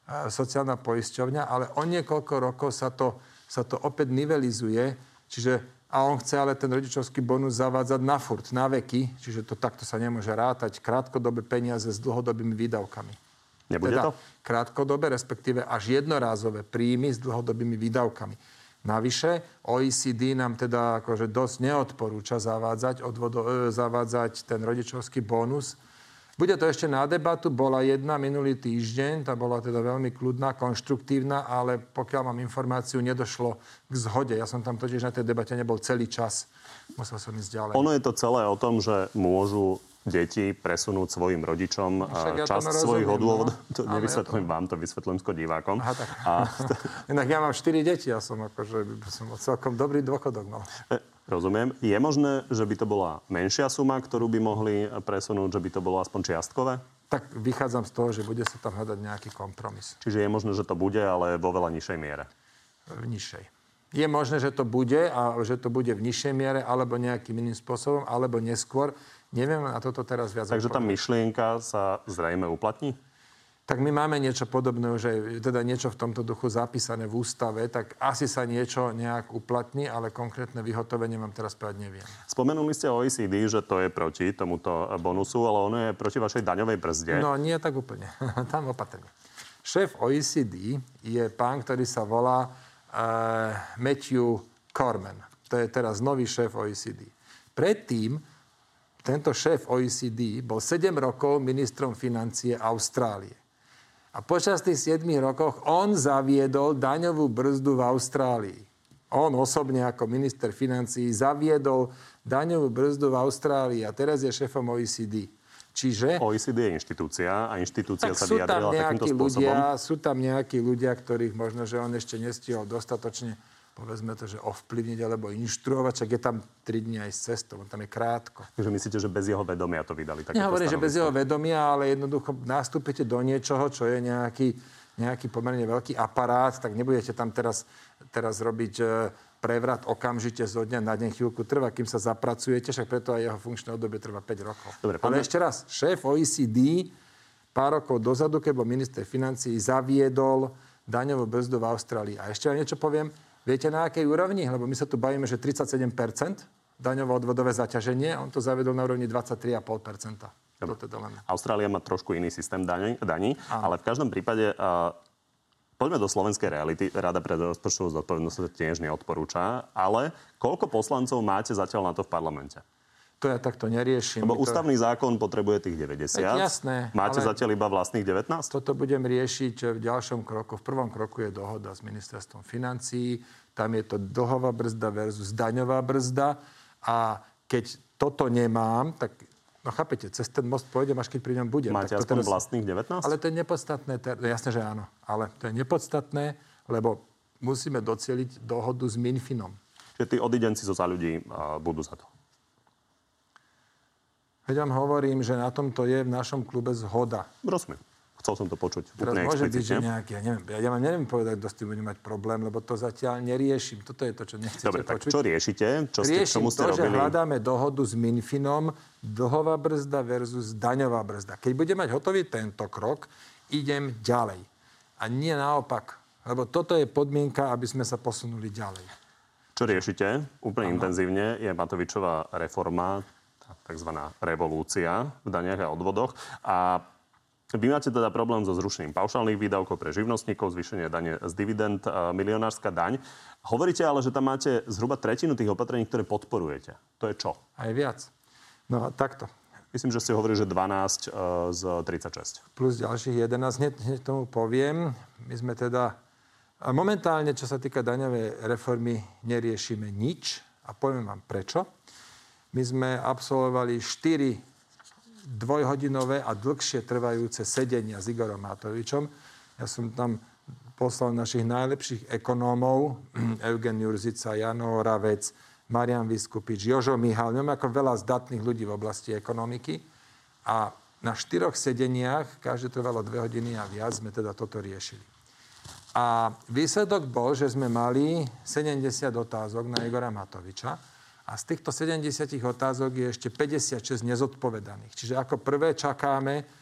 sociálna poisťovňa, ale o niekoľko rokov sa to, sa to opäť nivelizuje. Čiže, a on chce ale ten rodičovský bonus zavádzať na furt, na veky, čiže to takto sa nemôže rátať. Krátkodobé peniaze s dlhodobými výdavkami. Nebude teda to? Krátkodobé, respektíve až jednorázové príjmy s dlhodobými výdavkami. Navyše, ó é cé dé nám teda akože dosť neodporúča zavádzať, odvodo, zavádzať ten rodičovský bonus. Bude to ešte na debatu, bola jedna minulý týždeň, tá bola teda veľmi kľudná, konštruktívna, ale pokiaľ mám informáciu, nedošlo k zhode. Ja som tam totiž na tej debate nebol celý čas. Musel som ísť ďalej. Ono je to celé o tom, že môžu deti presunúť svojim rodičom ja časť svojich odôvodov. No. To nevysvetlím ja to... vám, to vysvetlím skôr divákom. Aha, tak. A... Inak ja mám štyri deti, ja som akože som celkom dobrý dôchodok mal. Rozumiem. Je možné, že by to bola menšia suma, ktorú by mohli presunúť, že by to bolo aspoň čiastkové? Tak vychádzam z toho, že bude sa tam hľadať nejaký kompromis. Čiže je možné, že to bude, ale vo veľa nižšej miere? V nižšej. Je možné, že to bude a že to bude v nižšej miere, alebo nejakým iným spôsobom, alebo neskôr. Neviem na toto teraz viac. Takže tá myšlienka sa zrejme uplatní? Tak my máme niečo podobné, že teda niečo v tomto duchu zapísané v ústave, tak asi sa niečo nejak uplatní, ale konkrétne vyhotovenie vám teraz povedať neviem. Spomenuli ste ó é cé dé, že to je proti tomuto bonusu, ale ono je proti vašej daňovej brzde. No nie tak úplne. Tam opatrne. Šéf ó é cé dé je pán, ktorý sa volá uh, Matthew Corman. To je teraz nový šéf ó é cé dé. Predtým tento šéf ó é cé dé bol sedem rokov ministrom financie Austrálie. A počas tých siedmich rokoch on zaviedol daňovú brzdu v Austrálii. On osobne ako minister financií zaviedol daňovú brzdu v Austrálii a teraz je šéfom ó é cé dé. Čiže... ó é cé dé je inštitúcia a inštitúcia sa sú vyjadrila takýmto spôsobom. Ľudia, sú tam nejakí ľudia, ktorých možno, že on ešte nestihol dostatočne, povedzme to, že ovplyvniť alebo inštruovať, čak je tam tri dni aj s cestou, on tam je krátko. Takže myslíte, že bez jeho vedomia to vydali takéto stanovisko? Nehovorím, že bez jeho vedomia, ale jednoducho nastúpite do niečoho, čo je nejaký, nejaký pomerne veľký aparát, tak nebudete tam teraz, teraz robiť prevrat okamžite zo dňa na deň, chvíľku trvá, kým sa zapracujete, však preto aj jeho funkčné obdobie trvá päť rokov. Dobre, ale ešte raz, šéf ó é cé dé pár rokov dozadu, keď bol minister financií, zaviedol daňovú brzdu v Austrálii. A ešte vám niečo poviem. Viete, na akej úrovni? Lebo my sa tu bavíme, že tridsaťsedem percent daňovo-odvodové zaťaženie, on to zavedol na úrovni dvadsaťtri celá päť percenta. Teda len... Austrália má trošku iný systém daní, daní ale v každom prípade uh, poďme do slovenskej reality. Rada pre rozpočtovú zodpovednosť sa tiež neodporúča, ale koľko poslancov máte zatiaľ na to v parlamente? To ja takto neriešim. Lebo to... ústavný zákon potrebuje tých deväťdesiat. Tak jasné. Máte zatiaľ iba vlastných devätnásť? Toto budem riešiť v ďalšom kroku. V prvom kroku je dohoda s ministerstvom financií. Tam je to dlhová brzda versus daňová brzda. A keď toto nemám, tak no chápete, cez ten most pôjdem, až keď pri ňom budem. Máte tak aspoň teraz... vlastných devätnásť? Ale to je nepodstatné. Ter... Jasné, že áno. Ale to je nepodstatné, lebo musíme docieliť dohodu s Minfinom. Čiže tí odidenci zo za ľudí uh, budú za to. Veď vám hovorím, že na tomto je v našom klube zhoda. Rozumiem. Chcel som to počuť úplne Teraz môže byť, že explicitne. nejaký, ja neviem, ja vám neviem povedať, kto s tým bude mať problém, lebo to zatiaľ neriešim. Toto je to, čo nechcete Dobre, tak počuť. čo riešite? Čo ste, Riešim čomu ste to, robili? že hľadáme dohodu s Minfinom, dlhová brzda versus daňová brzda. Keď budem mať hotový tento krok, idem ďalej. A nie naopak. Lebo toto je podmienka, aby sme sa posunuli ďalej. Čo riešite úplne ano. intenzívne je Matovičová reforma, takzvaná revolúcia v daniach a odvodoch. A vy máte teda problém so zrušením paušálnych výdavkov pre živnostníkov, zvýšenie dane z dividend, milionárska daň. Hovoríte ale, že tam máte zhruba tretinu tých opatrení, ktoré podporujete. To je čo? Aj viac. No takto. Myslím, že ste hovorili, že dvanásť z tridsaťšesť. Plus ďalších jedenásť. Hneď, hneď tomu poviem. My sme teda... A momentálne, čo sa týka daňovej reformy, neriešime nič. A poviem vám prečo. My sme absolvovali štyri dvojhodinové a dlhšie trvajúce sedenia s Igorom Matovičom. Ja som tam poslal našich najlepších ekonómov, Eugen Jurzica, Jano Oravec, Marian Vyskupič, Jožo Mihal, neviem ako veľa zdatných ľudí v oblasti ekonomiky. A na štyroch sedeniach, každé trvalo dve hodiny a viac, sme teda toto riešili. A výsledok bol, že sme mali sedemdesiat otázok na Igora Matoviča. A z týchto sedemdesiat otázok je ešte päťdesiatšesť nezodpovedaných. Čiže ako prvé čakáme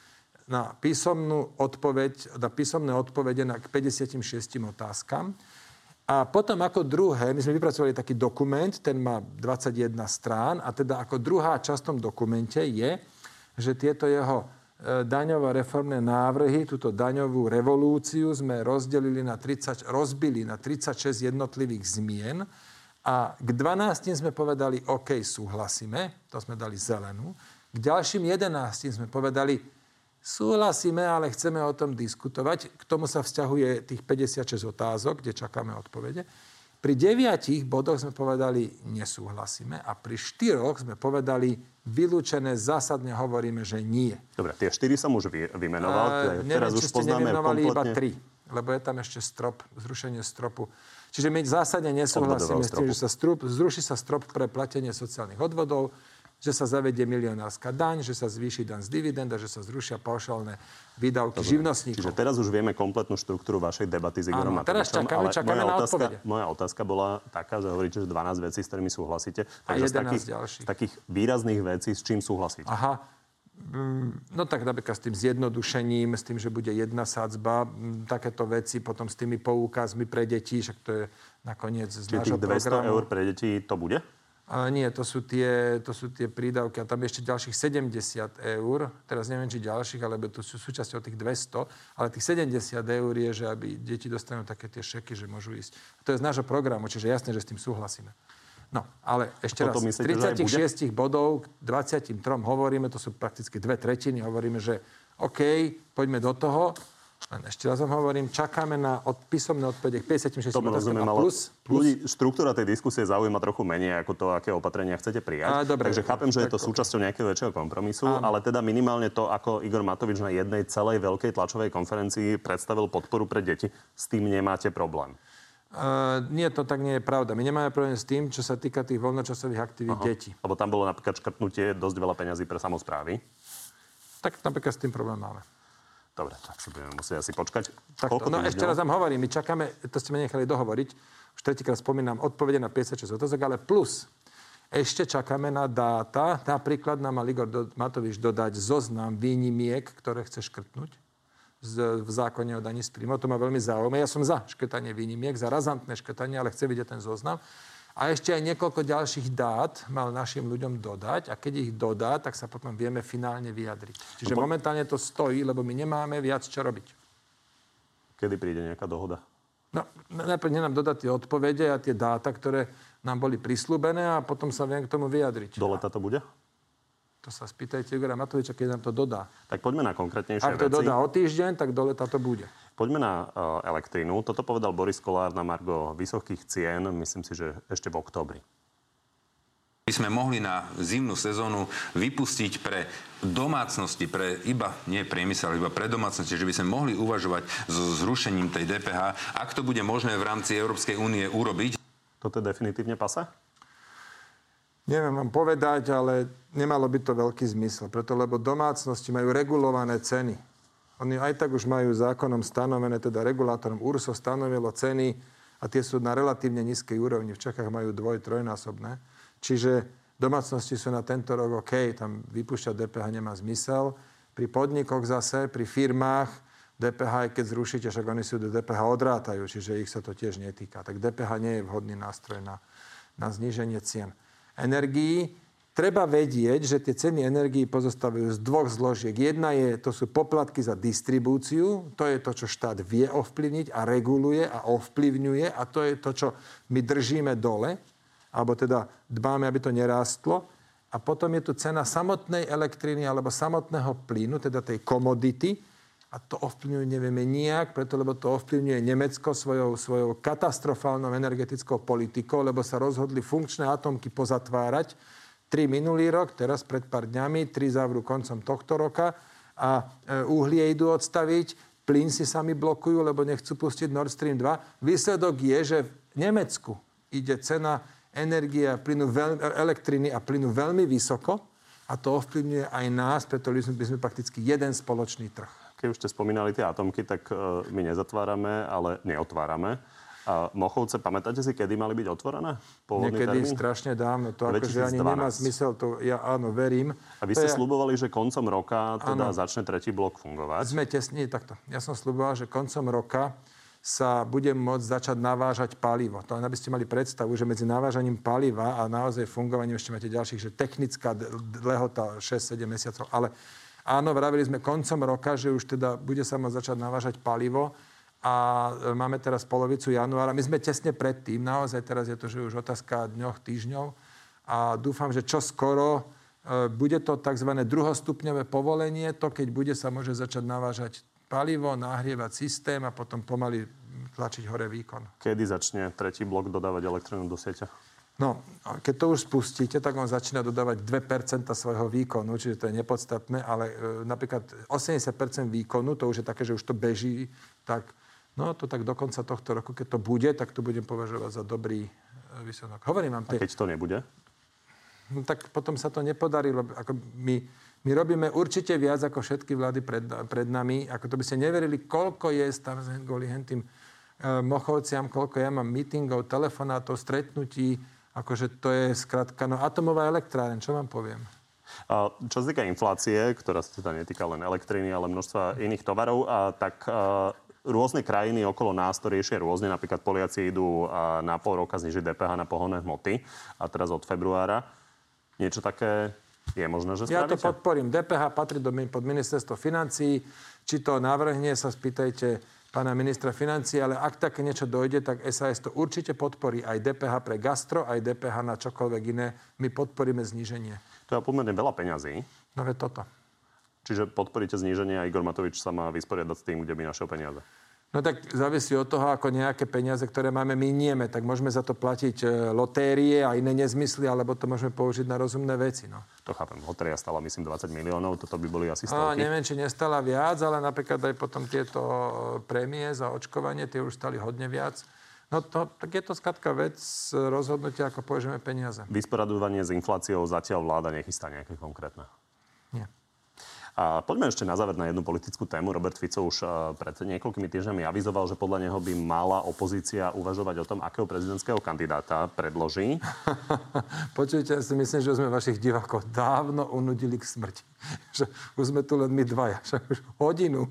na písomnú odpoveď, na písomné odpovede na k päťdesiatšesť otázkam. A potom ako druhé, my sme vypracovali taký dokument, ten má dvadsaťjeden strán a teda ako druhá časť v tom dokumente je, že tieto jeho daňovo-reformné návrhy, túto daňovú revolúciu sme rozdelili na tridsať, rozbili na tridsaťšesť jednotlivých zmien a k dvanástim sme povedali, OK, súhlasíme, to sme dali zelenú. K ďalším jedenástim sme povedali, súhlasíme, ale chceme o tom diskutovať. K tomu sa vzťahuje tých päťdesiatšesť otázok, kde čakáme odpovede. Pri deviatich bodoch sme povedali, nesúhlasíme a pri štyroch sme povedali, vylúčené, zásadne hovoríme, že nie. Dobre, tie štyri som už vy, vymenoval. Uh, Teraz neviem, už poznáme kompletne. Iba tri, lebo je tam ešte strop, zrušenie stropu. Čiže my zásadne nesúhlasíme s tým, že sa strop, zruší sa strop pre platenie sociálnych odvodov, že sa zavedie milionárska daň, že sa zvýši daň z dividenda, že sa zrušia paušálne výdavky živnostníkov. Čiže teraz už vieme kompletnú štruktúru vašej debaty s Igorom Matovičom. Teraz čakáme, čakáme na otázka, odpovede. Moja otázka bola taká, že hovoríte, že dvanásť vecí, s ktorými súhlasíte. A jedenásť z takých, ďalších. Z takých výrazných vecí, s čím súhlasíte? Aha. No tak napríklad s tým zjednodušením, s tým, že bude jedna sadzba, takéto veci, potom s tými poukazmi pre deti, však to je nakoniec z nášho programu. dvesto eur pre deti to bude? Ale nie, to sú, tie, to sú tie prídavky a tam je ešte ďalších sedemdesiat eur. Teraz neviem, či ďalších, alebo to sú súčasťou tých dvesto. Ale tých sedemdesiat eur je, že aby deti dostanú také tie šeky, že môžu ísť. A to je z nášho programu, čiže jasné, že s tým súhlasíme. No, ale ešte raz, z tridsaťšesť bodov k dvadsaťtri hovoríme, to sú prakticky dve tretiny, hovoríme, že OK, poďme do toho. Len ešte raz vám hovorím, čakáme na od, písomné odpovede k päťdesiatšesť otázkam a plus, plus. Ľudí, štruktúra tej diskusie zaujíma trochu menej ako to, aké opatrenia chcete prijať. A, dobre, Takže chápem, že tak, je to okay. súčasťou nejakého väčšieho kompromisu, Áno. ale teda minimálne to, ako Igor Matovič na jednej celej veľkej tlačovej konferencii predstavil podporu pre deti, s tým nemáte problém. Uh, nie, to tak nie je pravda. My nemáme problém s tým, čo sa týka tých voľnočasových aktivít Aha. detí. Lebo tam bolo napríklad škrtnutie dosť veľa peňazí pre samosprávy. Tak napríklad s tým problém máme. Dobre, tak si budeme musieť asi počkať. Takto. No ešte raz vám hovorím, my čakáme, to ste ma nechali dohovoriť, už tretíkrát spomínam odpovede na päťdesiatšesť otázok, ale plus ešte čakáme na dáta, napríklad nám mal Igor Matovič dodať zoznam výnimiek, ktoré chce škrtnúť v zákone o daní z príjmov. To ma veľmi zaujíma. Ja som za škrtanie výnimiek, za razantné škrtanie, ale chce vidieť ten zoznam. A ešte aj niekoľko ďalších dát mal našim ľuďom dodať a keď ich dodá, tak sa potom vieme finálne vyjadriť. Čiže momentálne to stojí, lebo my nemáme viac čo robiť. Kedy príde nejaká dohoda? No, najprv nám dodať tie odpovede a tie dáta, ktoré nám boli prislúbené a potom sa viem k tomu vyjadriť. Do leta to bude? To sa spýtajte Igora Matoviča, keď nám to dodá. Tak poďme na konkrétnejšie veci. Ak to dodá o týždeň, tak do leta to bude. Poďme na uh, elektrínu. Toto povedal Boris Kollár na margo vysokých cien, myslím si, že ešte v októbri. My sme mohli na zimnú sezónu vypustiť pre domácnosti, pre iba, nie priemysel, iba pre domácnosti, že by sme mohli uvažovať so zrušením tej dé pé há, ak to bude možné v rámci Európskej únie urobiť. Toto je definitívne pasa? Neviem vám povedať, ale nemalo by to veľký zmysel. Preto, lebo domácnosti majú regulované ceny. Oni aj tak už majú zákonom stanovené, teda regulátorom URSO stanovilo ceny a tie sú na relatívne nízkej úrovni. V Čechách majú dvoj, trojnásobné. Čiže domácnosti sú na tento rok OK, tam vypúšťať dé pé há nemá zmysel. Pri podnikoch zase, pri firmách dé pé há, keď zrušíte, však oni si dé pé há odrátajú, čiže ich sa to tiež netýka. Tak dé pé há nie je vhodný nástroj na, na zníženie cien energií. Treba vedieť, že tie ceny energií pozostávajú z dvoch zložiek. Jedna je, to sú poplatky za distribúciu, to je to, čo štát vie ovplyvniť a reguluje a ovplyvňuje a to je to, čo my držíme dole, alebo teda dbáme, aby to nerástlo. A potom je tu cena samotnej elektriny alebo samotného plynu, teda tej komodity. A to ovplyvňuje nevieme nijak, preto lebo to ovplyvňuje Nemecko svojou, svojou katastrofálnou energetickou politikou, lebo sa rozhodli funkčné atomky pozatvárať. Tri minulý rok, teraz pred pár dňami, tri zavrú koncom tohto roka a uhlie idú odstaviť, plyn si sami blokujú, lebo nechcú pustiť Nord Stream dva. Výsledok je, že v Nemecku ide cena energie a plynu, elektriny a plynu veľmi vysoko a to ovplyvňuje aj nás, preto by sme, by sme prakticky jeden spoločný trh. Keď už ste spomínali tie atomky, tak my nezatvárame, ale neotvárame. A Mochovce, pamätáte si, kedy mali byť otvorené? Pôvodný Niekedy termín? strašne dávno. To akože ani dvetisícdvanásť. nemá zmysel. To ja áno, verím. A vy To ste ja- sľubovali, že koncom roka teda Áno. začne tretí blok fungovať. Sme tesne takto. Ja som sľuboval, že koncom roka sa bude môcť začať navážať palivo. To len aby ste mali predstavu, že medzi navážaním paliva a naozaj fungovaním ešte máte ďalších, že technická d- lehota šesť sedem mesiacov. Ale áno, vravili sme koncom roka, že už teda bude sa môcť začať navážať palivo a máme teraz polovicu januára. My sme tesne pred tým, naozaj teraz je to, že už otázka dňoch, týždňov a dúfam, že čo skoro e, bude to tzv. Druhostupňové povolenie, to keď bude sa môže začať navážať palivo, nahrievať systém a potom pomaly tlačiť hore výkon. Kedy začne tretí blok dodávať elektrínu do siete? No, a keď to už spustíte, tak on začína dodávať dve percentá svojho výkonu, čiže to je nepodstatné, ale e, napríklad osemdesiat percent výkonu, to už je také, že už to beží, tak no to tak do konca tohto roku, keď to bude, tak to budem považovať za dobrý e, výsledok. Hovorím vám, A keď to nebude? no, tak potom sa to nepodarilo. Ako my, my robíme určite viac ako všetky vlády pred, pred nami. Ako to by ste neverili, koľko je tam kvôli hentým e, Mochovciam, koľko ja mám meetingov, telefonátov, stretnutí. Akože to je skrátka, no atomová elektráreň, čo vám poviem? A čo sa týka inflácie, ktorá sa teda netýka len elektriny, ale množstva iných tovarov, a tak a, rôzne krajiny okolo nás to riešia rôzne. Napríklad Poliaci idú a, na pol roka znižiť dé pé há na pohonné hmoty a teraz od februára. Niečo také je možné, že Ja to spravíte? podporím. dé pé há patrí do, pod ministerstvo financií. Či to navrhne, sa spýtajte pána ministra financií, ale ak také niečo dojde, tak es a es to určite podporí aj dé pé há pre gastro, aj dé pé há na čokoľvek iné. My podporíme zníženie. To je pomerne veľa peňazí. No veď toto. Čiže podporíte zníženie a Igor Matovič sa má vysporiadať s tým, kde by našiel peniaze. No tak závisí od toho, ako nejaké peniaze, ktoré máme, minieme. Tak môžeme za to platiť e, lotérie a iné nezmysly, alebo to môžeme použiť na rozumné veci. No. To chápem. Lotéria stala, myslím, dvadsať miliónov. Toto by boli asi A stovky. neviem, či nestala viac, ale napríklad aj potom tieto prémie za očkovanie, tie už stali hodne viac. No to, tak je to skrátka vec rozhodnutia, ako použijeme peniaze. Vysporadovanie s infláciou zatiaľ vláda nechystá nejaké konkrétne. Nie. A poďme ešte na záver na jednu politickú tému. Robert Fico už uh, pred niekoľkými týždňami avizoval, že podľa neho by mala opozícia uvažovať o tom, akého prezidentského kandidáta predloží. Počujte, ja si myslím, že sme vašich divákov dávno unudili k smrti. Že už sme tu len my dvaja, že už hodinu.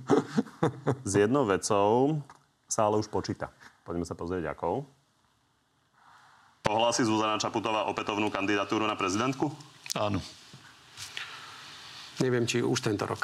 S jednou vecou sa ale už počíta. Poďme sa pozrieť, akou. Ohlási Zuzana Čaputová opätovnú kandidatúru na prezidentku? Áno. Neviem, či už tento rok.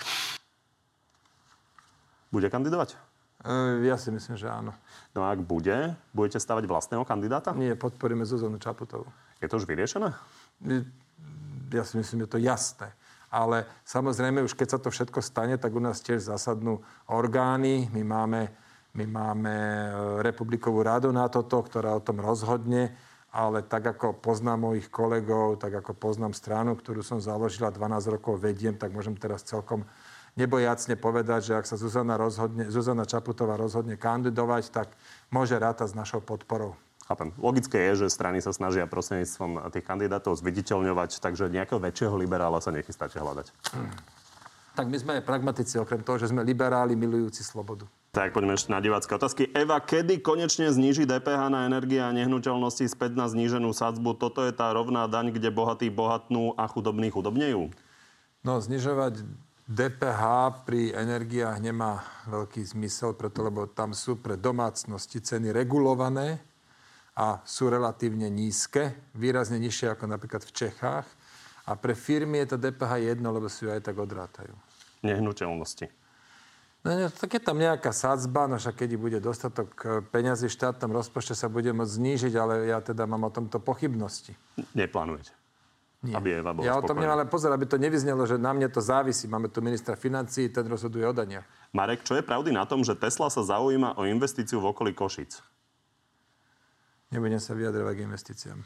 Bude kandidovať? E, ja si myslím, že áno. No a ak bude, budete stavať vlastného kandidáta? Nie, podporíme Zuzanu Čaputovú. Je to už vyriešené? Ja si myslím, že je to jasné. Ale samozrejme, už keď sa to všetko stane, tak u nás tiež zasadnú orgány. My máme, my máme Republikovú radu na toto, ktorá o tom rozhodne. Ale tak, ako poznám mojich kolegov, tak ako poznám stranu, ktorú som založila, dvanásť rokov vediem, tak môžem teraz celkom nebojacne povedať, že ak sa Zuzana, rozhodne, Zuzana Čaputová rozhodne kandidovať, tak môže rátať s našou podporou. Chápem. Logické je, že strany sa snažia prostredníctvom tých kandidátov zviditeľňovať, takže nejakého väčšieho liberála sa nechystáte hľadať. Hmm. Tak my sme aj pragmatici, okrem toho, že sme liberáli milujúci slobodu. Tak poďme ešte na divácké otázky. Eva, kedy konečne zníži dé pé há na energie a nehnuteľnosti späť na zníženú sadzbu? Toto je tá rovná daň, kde bohatí bohatnú a chudobní chudobnejú? No, znižovať dé pé há pri energiách nemá veľký zmysel, preto lebo tam sú pre domácnosti ceny regulované a sú relatívne nízke, výrazne nižšie ako napríklad v Čechách. A pre firmy je to dé pé há jedno, lebo si ju aj tak odrátajú. Nehnuteľnosti. No, tak je tam nejaká sadzba, no však keď bude dostatok peňazí v štátnom rozpočte, sa bude môcť znížiť, ale ja teda mám o tomto pochybnosti. Neplánujete? Nie. Aby Eva bola Ja o tom spokojná. nemám, ale pozor, aby to nevyznelo, že na mne to závisí. Máme tu ministra financií, ten rozhoduje o daniach. Marek, čo je pravdy na tom, že Tesla sa zaujíma o investíciu v okolí Košíc? Nebudem sa vyjadrovať k investíciám.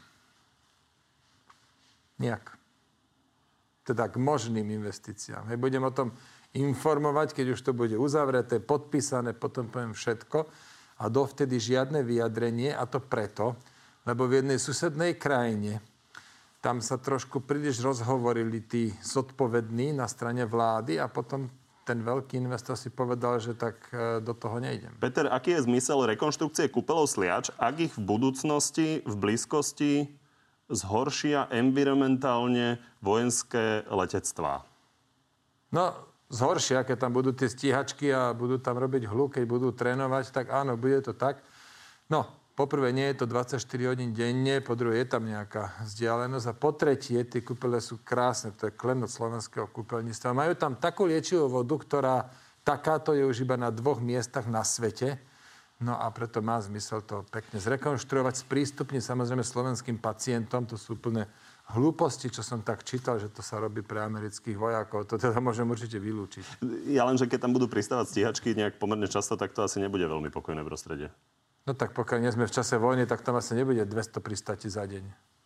Nijak. Teda k možným investíciám. Hej, budem o tom informovať, keď už to bude uzavreté, podpísané, potom poviem všetko. A dovtedy žiadne vyjadrenie, a to preto, lebo v jednej susednej krajine tam sa trošku príliš rozhovorili tí zodpovední na strane vlády a potom ten veľký investor si povedal, že tak do toho nejdem. Peter, aký je zmysel rekonštrukcie kúpeľov Sliač, ak ich v budúcnosti, v blízkosti zhoršia environmentálne vojenské letectvá? No, zhoršia, keď tam budú tie stíhačky a budú tam robiť hluk, keď budú trénovať, tak áno, bude to tak. No, poprvé nie je to dvadsaťštyri hodín denne, po druhé je tam nejaká vzdialenosť a po tretie tie kúpele sú krásne, to je klenot slovenského kúpeľníctva. Majú tam takú liečivú vodu, ktorá takáto je už iba na dvoch miestach na svete. No a preto má zmysel to pekne zrekonštruovať, sprístupniť samozrejme slovenským pacientom. To sú úplne hlúposti, čo som tak čítal, že to sa robí pre amerických vojakov. To teda môžem určite vylúčiť. Ja len, že keď tam budú pristávať stíhačky nejak pomerne často, tak to asi nebude veľmi pokojné prostredie. No tak pokiaľ nie sme v čase vojny, tak tam asi nebude dvesto pristátí za deň.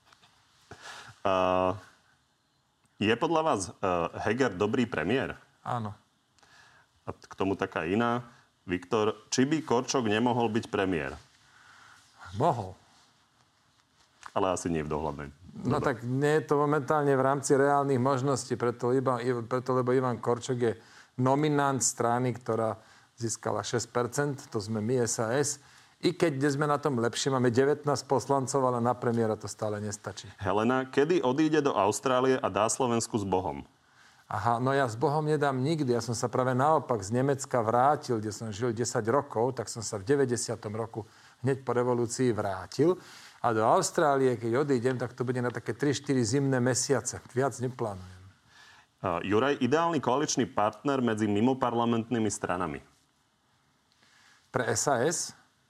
Uh, je podľa vás uh, Heger dobrý premiér? Áno. A k tomu taká iná. Viktor, či by Korčok nemohol byť premiér? Mohol. Ale asi nie v dohľadnej. No tak nie je to momentálne v rámci reálnych možností, preto, iba, preto lebo Ivan Korčok je nominant strany, ktorá získala šesť percent, to sme my, es a es. I keď sme na tom lepšie, máme devätnásť poslancov, ale na premiéra to stále nestačí. Helena, kedy odíde do Austrálie a dá Slovensku s Bohom? Aha, no ja s Bohom nedám nikdy. Ja som sa práve naopak z Nemecka vrátil, kde som žil desať rokov, tak som sa v deväťdesiatom roku hneď po revolúcii vrátil. A do Austrálie, keď odídem, tak to bude na také tri štyri zimné mesiace. Viac neplánujem. Uh, Juraj, ideálny koaličný partner medzi mimoparlamentnými stranami? Pre es a es?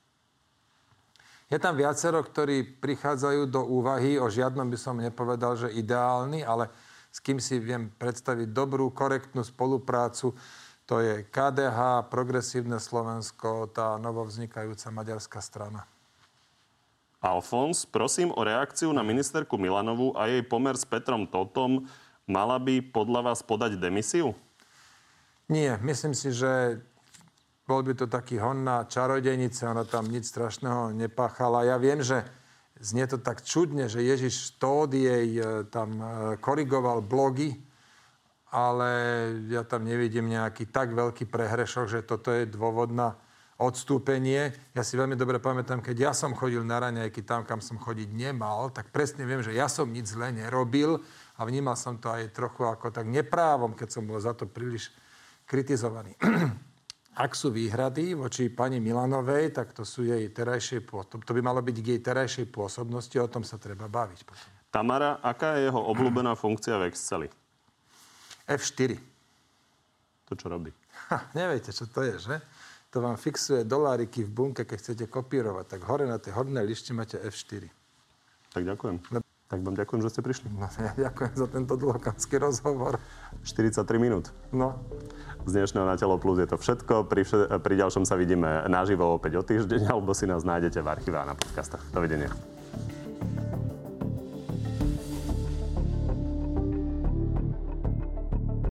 Je tam viacero, ktorí prichádzajú do úvahy. O žiadnom by som nepovedal, že ideálny, ale s kým si viem predstaviť dobrú, korektnú spoluprácu. To je ká dé há, Progresívne Slovensko, tá novovznikajúca maďarská strana. Alfons, prosím o reakciu na ministerku Milanovú a jej pomer s Petrom Totom. Mala by podľa vás podať demisiu? Nie, myslím si, že bol by to taký hon na čarodejnice, ona tam nič strašného nepáchala. Ja viem, že znie to tak čudne, že Ježiš Tóth jej tam korigoval blogy, ale ja tam nevidím nejaký tak veľký prehrešok, že toto je dôvod na odstúpenie. Ja si veľmi dobre pamätám, keď ja som chodil na raňajky tam, kam som chodiť nemal, tak presne viem, že ja som nič zle nerobil a vnímal som to aj trochu ako tak neprávom, keď som bol za to príliš kritizovaný. Ak sú výhrady voči pani Milanovej, tak to sú jej terajšie pôsobnosti. To by malo byť k jej terajšej pôsobnosti, o tom sa treba baviť potom. Tamara, aká je jeho obľúbená funkcia v Exceli? ef štyri. To čo robí? Ha, neviete, čo to je, že? To vám fixuje doláriky v bunke, keď chcete kopírovať. Tak hore na tej hornej lište máte ef štyri. Tak ďakujem. No. Tak vám ďakujem, že ste prišli. No, ja ďakujem za tento dlhokánsky rozhovor. štyridsaťtri minút. No. Z dnešného Na telo plus je to všetko. Pri, pri ďalšom sa vidíme naživo opäť o týždeň, alebo si nás nájdete v archíve a na podcastách. Dovidenia.